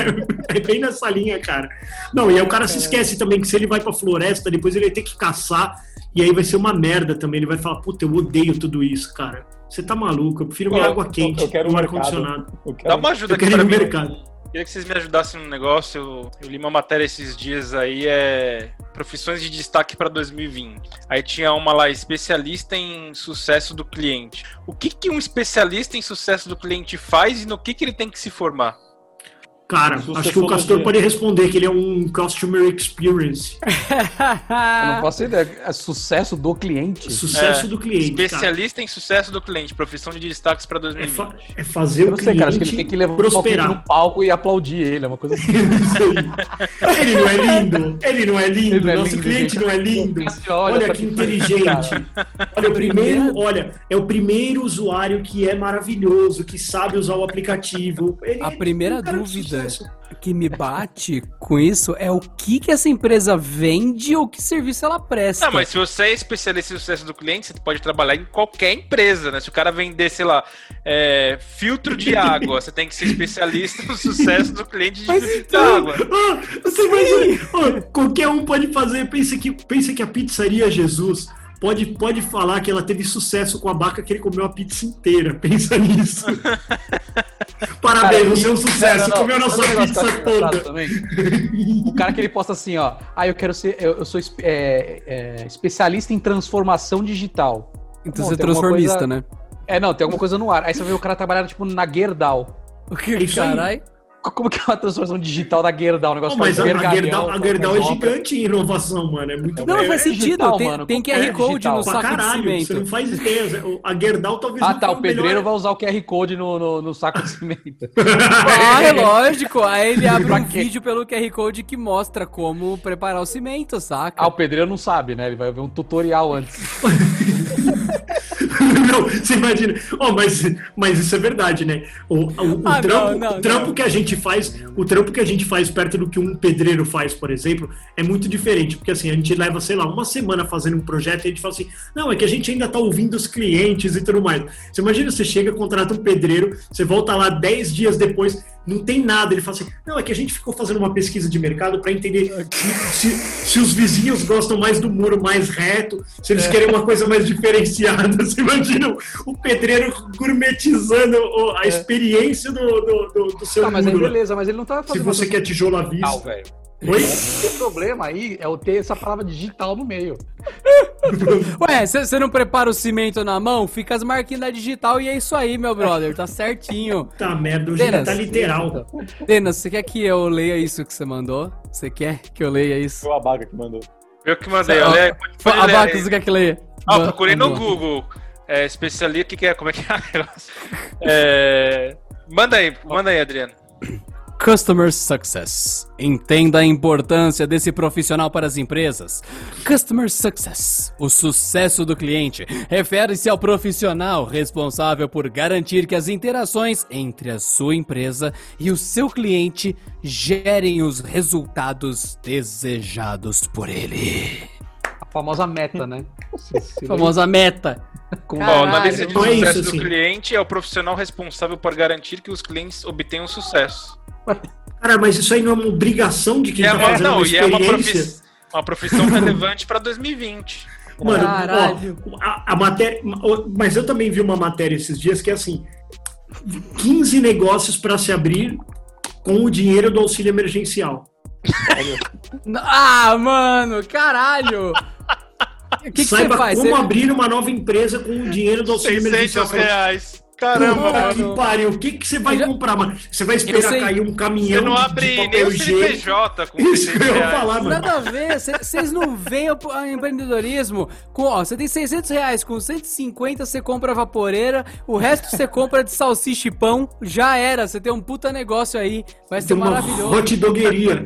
É bem nessa linha, cara. Não, e aí o cara se esquece também que se ele vai pra floresta, depois ele vai ter que caçar, e aí vai ser uma merda também. Ele vai falar, puta, eu odeio tudo isso, cara. Você tá maluco, eu prefiro minha Eu- água quente, eu quero um um ar-condicionado. Eu quero- Dá uma ajuda Eu aqui quero ir pra no mim. mercado. Queria que vocês me ajudassem num negócio. Eu, eu li uma matéria esses dias aí, é profissões de destaque para dois mil e vinte. Aí tinha uma lá, especialista em sucesso do cliente. O que, que um especialista em sucesso do cliente faz e no que, que ele tem que se formar? Cara, acho que o Castor pode responder que ele é um Customer Experience. Eu não faço ideia. É sucesso do cliente. Sucesso É, do cliente, cara. Especialista em sucesso do cliente, profissão de destaques para dois mil É, e vinte. fa- é fazer Eu o não sei, cliente cara. Acho que ele tem que levar o cliente prosperar. no palco e aplaudir ele. É uma coisa assim. Ele não é lindo? Ele não é lindo? Ele não é Nosso lindo, cliente gente. não é lindo? Olha, Olha, só que que inteligente. cara. Olha, o primeiro, olha, é o primeiro usuário que é maravilhoso, que sabe usar o aplicativo. Ele A é primeira um cara de dúvida sucesso. que me bate com isso é o que que essa empresa vende ou que serviço ela presta. Não, mas se você é especialista em sucesso do cliente, você pode trabalhar em qualquer empresa, né? Se o cara vender, sei lá, é, filtro de água, você tem que ser especialista no sucesso do cliente de Mas filtro então- de água. Ah, você imagina, ó, qualquer um pode fazer. Pensa que, pensa que a pizzaria Jesus pode, pode falar que ela teve sucesso com a Baca que ele comeu a pizza inteira. Pensa nisso. Parabéns, Cara, você é um e- sucesso. não, não, Comeu a não, nossa sabe um negócio que eu pizza acho engraçado toda. também? O cara que ele posta assim, ó. Ah, eu quero ser. Eu, eu sou espe- é, é, especialista em transformação digital. Então Bom, você é tem alguma transformista, coisa- né? É, não, tem alguma coisa no ar. Aí você vê o cara trabalhando, tipo, na Gerdau. O que, É isso aí. carai? Como que é uma transformação digital da Gerdau? O negócio Não, mas a, faz a vergalhão, Gerdau, a faz Gerdau é obra. gigante em inovação, mano. É muito Não, é, faz é sentido. digital, tem, mano. tem Q É R Code digital. no pra saco de caralho. Você cimento. não faz ideia. O- A Gerdau talvez Ah, não tá. foi O pedreiro melhor- vai usar o Q R Code no, no, no saco de cimento. Ah, é lógico. Aí ele abre Pra um quê? vídeo pelo Q R Code que mostra como preparar o cimento, saca? Ah, o pedreiro não sabe, né? Ele vai ver um tutorial antes. Não, você imagina. Oh, mas, mas isso é verdade, né? O, o, o Ah, trampo, não, não, o trampo não. que a gente faz, o trampo que a gente faz perto do que um pedreiro faz, por exemplo, é muito diferente. Porque assim, a gente leva, sei lá, uma semana fazendo um projeto e a gente fala assim, não, é que a gente ainda tá ouvindo os clientes e tudo mais. Você imagina, você chega, contrata um pedreiro, você volta lá dez dias depois, não tem nada. Ele fala assim, não, é que a gente ficou fazendo uma pesquisa de mercado para entender se, se, se os vizinhos gostam mais do muro mais reto, se eles querem uma coisa mais diferenciada. Você imagina o pedreiro gourmetizando o- a experiência do, do, do, do seu Tá, mas aí muro. beleza, mas ele não tá Se fazendo você uma quer tijolo à digital, vista. velho. Oi? O problema aí é eu ter essa palavra digital no meio. Ué, você não prepara o cimento na mão? Fica as marquinhas da digital e é isso aí, meu brother. Tá certinho. Tá merda, hoje já Denas. tá literal. Denas, você quer que eu leia isso que você mandou? Você quer que eu leia isso? Foi o Abaga que mandou. Eu que mandei, Ó, olha. Pode ler Abaca, aí. você quer que leia? Ah, eu Va- procurei no vamos lá. Google. É, especialista, o que, que é? Como é que é o negócio? É, manda aí, manda aí, Adriano. Customer Success. Entenda a importância desse profissional para as empresas. Customer Success, o sucesso do cliente, refere-se ao profissional responsável por garantir que as interações entre a sua empresa e o seu cliente gerem os resultados desejados por ele. A famosa meta, né? Se- se- A famosa meta. com- Ó, na Caralho, lista de não é sucesso isso, do assim. cliente é o profissional responsável por garantir que os clientes obtenham sucesso. Cara, mas isso aí não é uma obrigação de quem E é tá uma, fazendo não, uma e é uma, experiência? profi- uma profissão relevante para dois mil e vinte. Mano, Caralho. ó, a, a matéria. Mas eu também vi uma matéria esses dias que é assim: quinze negócios para se abrir com o dinheiro do auxílio emergencial. Ah, mano, caralho. O que que você Saiba faz? como Você- abrir uma nova empresa com o dinheiro do auxílio seiscentos emergencial. reais. Caramba, Puta que mano. pariu, o que, que você vai Eu já- comprar, mano? Você vai esperar sei. cair um caminhão Você não de- abre de nem papel o C N P higiênico? J com Isso que eu seiscentos ia reais. falar, mano. Nada a ver, vocês não veem o o empreendedorismo com, ó, você tem seiscentos reais, com cento e cinquenta você compra a vaporeira, o resto você compra de salsicha e pão, já era, você tem um puta negócio aí, vai ser Tem uma maravilhoso. hot dogueria.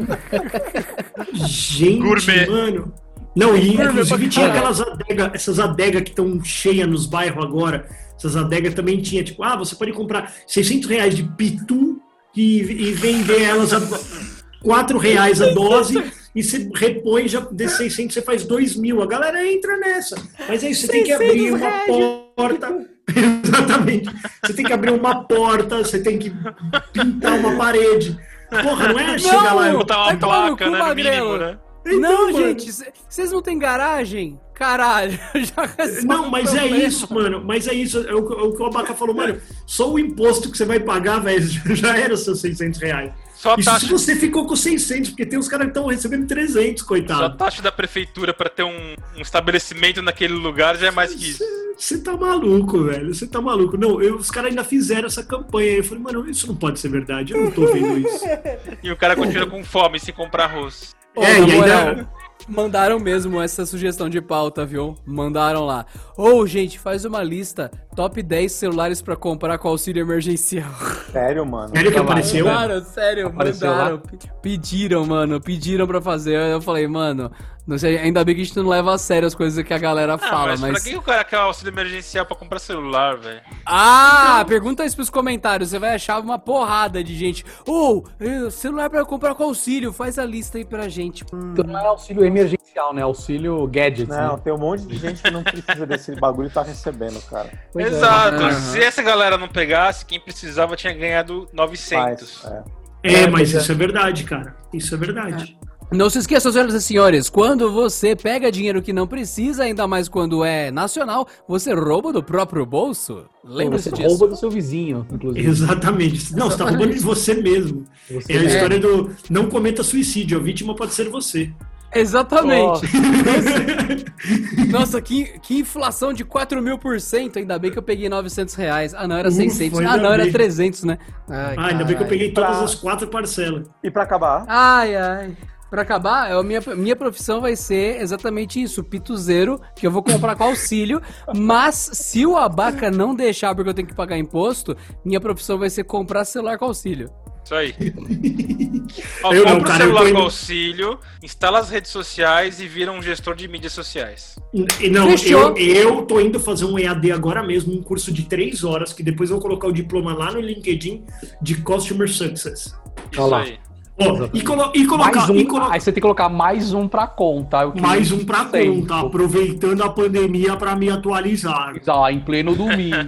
Gente, Gourmet. mano. Não, e Gourmet inclusive pra tinha caralho. aquelas adegas, essas adegas que estão cheias nos bairros agora. Essas adegas também tinha, tipo, ah, você pode comprar seiscentos reais de pitu e, e vender elas a quatro reais a dose e você repõe, já desses seiscentos você faz dois mil. A galera entra nessa. Mas aí você tem que abrir uma porta. Exatamente. Você tem que abrir uma porta, você tem que pintar uma parede. Porra, não é chegar lá e Botar uma Vai tomar no placa, cu, né, no Magrelo. mínimo, né? Então, Não, mano. gente, vocês não têm garagem? Caralho, já resolve Não, mas o é problema. isso, mano. Mas é isso. É o, que- é o que o Abaca falou, mano. Só o imposto que você vai pagar, velho, já era seus seiscentos reais. Só a Isso taxa, se você ficou com seiscentos, porque tem uns caras que estão recebendo trezentos, só a coitado. taxa da prefeitura pra ter um, um estabelecimento naquele lugar já é mais que isso. Você tá maluco, velho. Você tá maluco. Não, eu- os caras ainda fizeram essa campanha aí. Eu falei, mano, isso não pode ser verdade. Eu não tô vendo isso. E o cara continua com fome sem comprar arroz. Ô, É, na e moral, ainda- mandaram mesmo essa sugestão de pauta, viu? Mandaram lá. Ô, gente, faz uma lista. Top dez celulares pra comprar com auxílio emergencial. Sério, mano. Sério que Tá lá. apareceu? Mandaram, sério, Apareceu mandaram. Pe- Pediram, mano, pediram pra fazer. Eu falei, mano, não sei, ainda bem que a gente não leva a sério as coisas que a galera Ah, fala, mas, mas... pra que o cara quer auxílio emergencial pra comprar celular, velho? Ah, pergunta isso pros comentários, você vai achar uma porrada de gente. Ô, oh, celular pra comprar com auxílio, faz a lista aí pra gente. Hum. Então não é auxílio emergencial, né? Auxílio gadgets, Não, né? tem um monte de gente que não precisa desse bagulho e tá recebendo, cara. Pois é. Exato. Aham. Se essa galera não pegasse, quem precisava tinha ganhado novecentos. Mas, é. É, É, mas pois é. isso é verdade, cara. Isso é verdade. Não se esqueçam, senhoras e senhores, quando você pega dinheiro que não precisa, ainda mais quando é nacional, você rouba do próprio bolso. Lembre-se Você disso. rouba do seu vizinho, inclusive. Exatamente. Não, você tá roubando de você mesmo. Você É a é. história do não cometa suicídio, a vítima pode ser você. Exatamente. Nossa, que, que inflação de quatro mil por cento. Ainda bem que eu peguei novecentos reais. Ah, não, era Ufa, seiscentos. ainda Ah, não, era bem. trezentos, né? Ai, Ah, ainda bem que eu caralho. peguei todas Pra- as quatro parcelas. E pra acabar, Ai, ai. Pra acabar, a minha, minha profissão vai ser exatamente isso, pituzeiro, que eu vou comprar com auxílio, mas se o Abaca não deixar porque eu tenho que pagar imposto, minha profissão vai ser comprar celular com auxílio. Isso aí. Ó, Eu não, compra o cara, eu celular tô com indo- auxílio, instala as redes sociais e vira um gestor de mídias sociais. E não, Fechou. eu, eu tô indo fazer um E A D agora mesmo, um curso de três horas, que depois eu vou colocar o diploma lá no LinkedIn de Customer Success. Isso Olha lá. aí. Ó, e, colo e colocar, Mais um, e colo- aí você tem que colocar mais um pra conta. o que mais um pra sei. conta, aproveitando a pandemia pra me atualizar. Ah, em pleno domingo.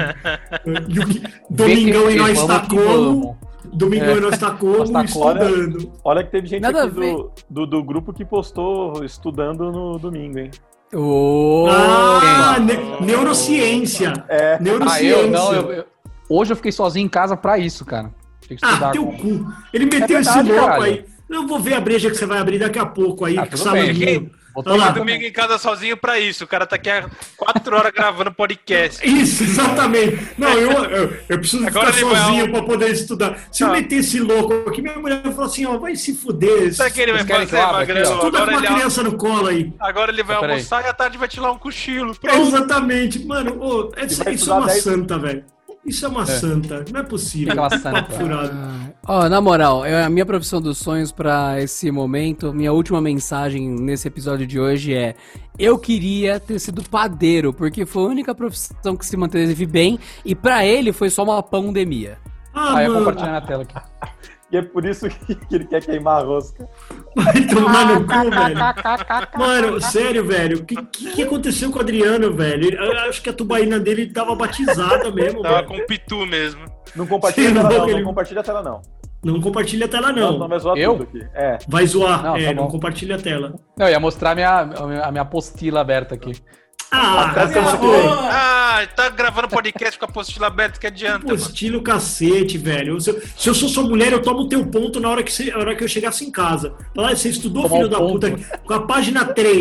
E o que- Domingão Vê e que- nós vamos tá que como? vamos. Domingão É. e nós tá como? Nós tá como? Estudando. olha que teve gente Nada aqui a ver. do, do, do grupo que postou estudando no domingo, hein? Ô, Ah, Quem? ne- neurociência. É. Ah, Neurociência. eu não. eu- eu- hoje eu fiquei sozinho em casa pra isso, cara. Tem que Ah, estudar. teu cu. Ele meteu É verdade, esse louco caralho. aí. Eu vou ver a breja que você vai abrir daqui a pouco aí, Ah, com tudo salaminho. bem. Vou Olha lá. tomar Domingo em casa sozinho pra isso. O cara tá aqui há quatro horas gravando podcast. Isso, exatamente. Não, eu, eu, eu preciso Agora ficar ele vai sozinho ao- pra poder estudar. Se eu Não. meter esse louco aqui, minha mulher vai falar assim, ó, vai se fuder. Sabe o que ele vai Vocês querem fazer, que eu abra aqui, Magrelo? ó? Estuda com Agora uma ele, criança no colo aí. agora ele vai Peraí. almoçar e à tarde vai tirar um cochilo. Pronto. Exatamente. Mano, ô, essa- vai isso é estudar uma dez santa, velho. Isso é uma santa. Não é possível. Aquela santa. Papo furado. Ó, na moral, é a minha profissão dos sonhos pra esse momento, minha última mensagem nesse episódio de hoje é: eu queria ter sido padeiro, porque foi a única profissão que se manteve bem e pra ele foi só uma pandemia. Ah, Aí eu mano, compartilhar na tela aqui. E é por isso que ele quer queimar a rosca. vai tomar no cu, velho. Mano, sério, velho. O que, que, que aconteceu com o Adriano, velho? Ele- eu acho que a tubaína dele tava batizada mesmo, Tava velho. com pitu mesmo. Não compartilha Sim, a tela, não, não. ele- Não compartilha a tela, não. Não compartilha a tela, Não, não. não vai zoar Eu? tudo aqui. É. Vai zoar. Não, é, tá não bom. compartilha a tela. Não, eu ia mostrar a minha, a minha, a minha apostila aberta aqui. Ah, Até semana que ô, vem. Ah, tá gravando podcast com a apostila aberta, que adianta, mano. Apostila cacete, velho. Se eu, se eu sou sua mulher, eu tomo o teu ponto na hora que, você, na hora que eu chegasse em casa. Fala, "Ah, você estudou, Tomar filho o da ponto. puta, com a página três.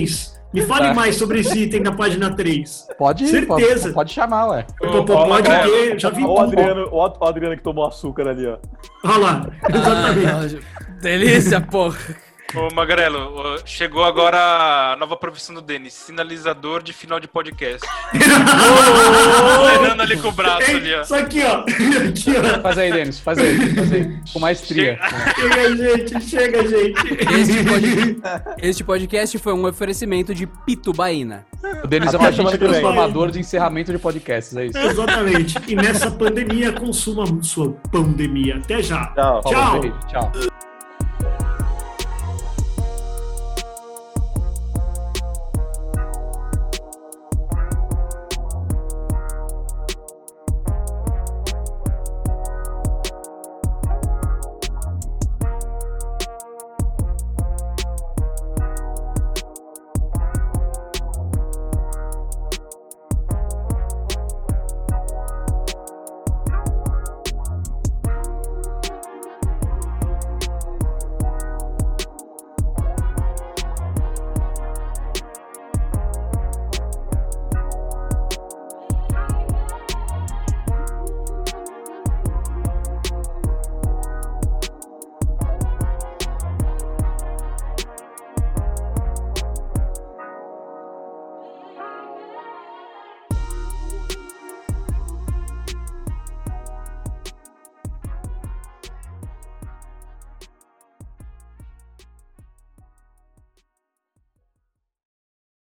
Me fale Tá. mais sobre esse item da página três. Pode, Certeza. pode, pode chamar, ué. Pô, pô, pode ter, já vi Olha o tudo. Adriano, olha o Adriano que tomou açúcar ali, ó. Olha lá, exatamente. Ah, delícia, porra. Ô, Magrelo, ô, chegou agora a nova profissão do Denis, sinalizador de final de podcast. Acelerando ali com o braço ali, ó. Isso aqui, ó. Aqui, ó. Faz aí, Denis, faz aí, faz aí. Com maestria. Chega, gente, chega, gente. Este, pod... este podcast foi um oferecimento de Pitubaína. O Denis é um Até agente semana que vem. transformador de encerramento de podcasts, é isso. Exatamente. E nessa pandemia, consuma sua pandemia. Até já. Tchau. Falou, Tchau. beijo, tchau.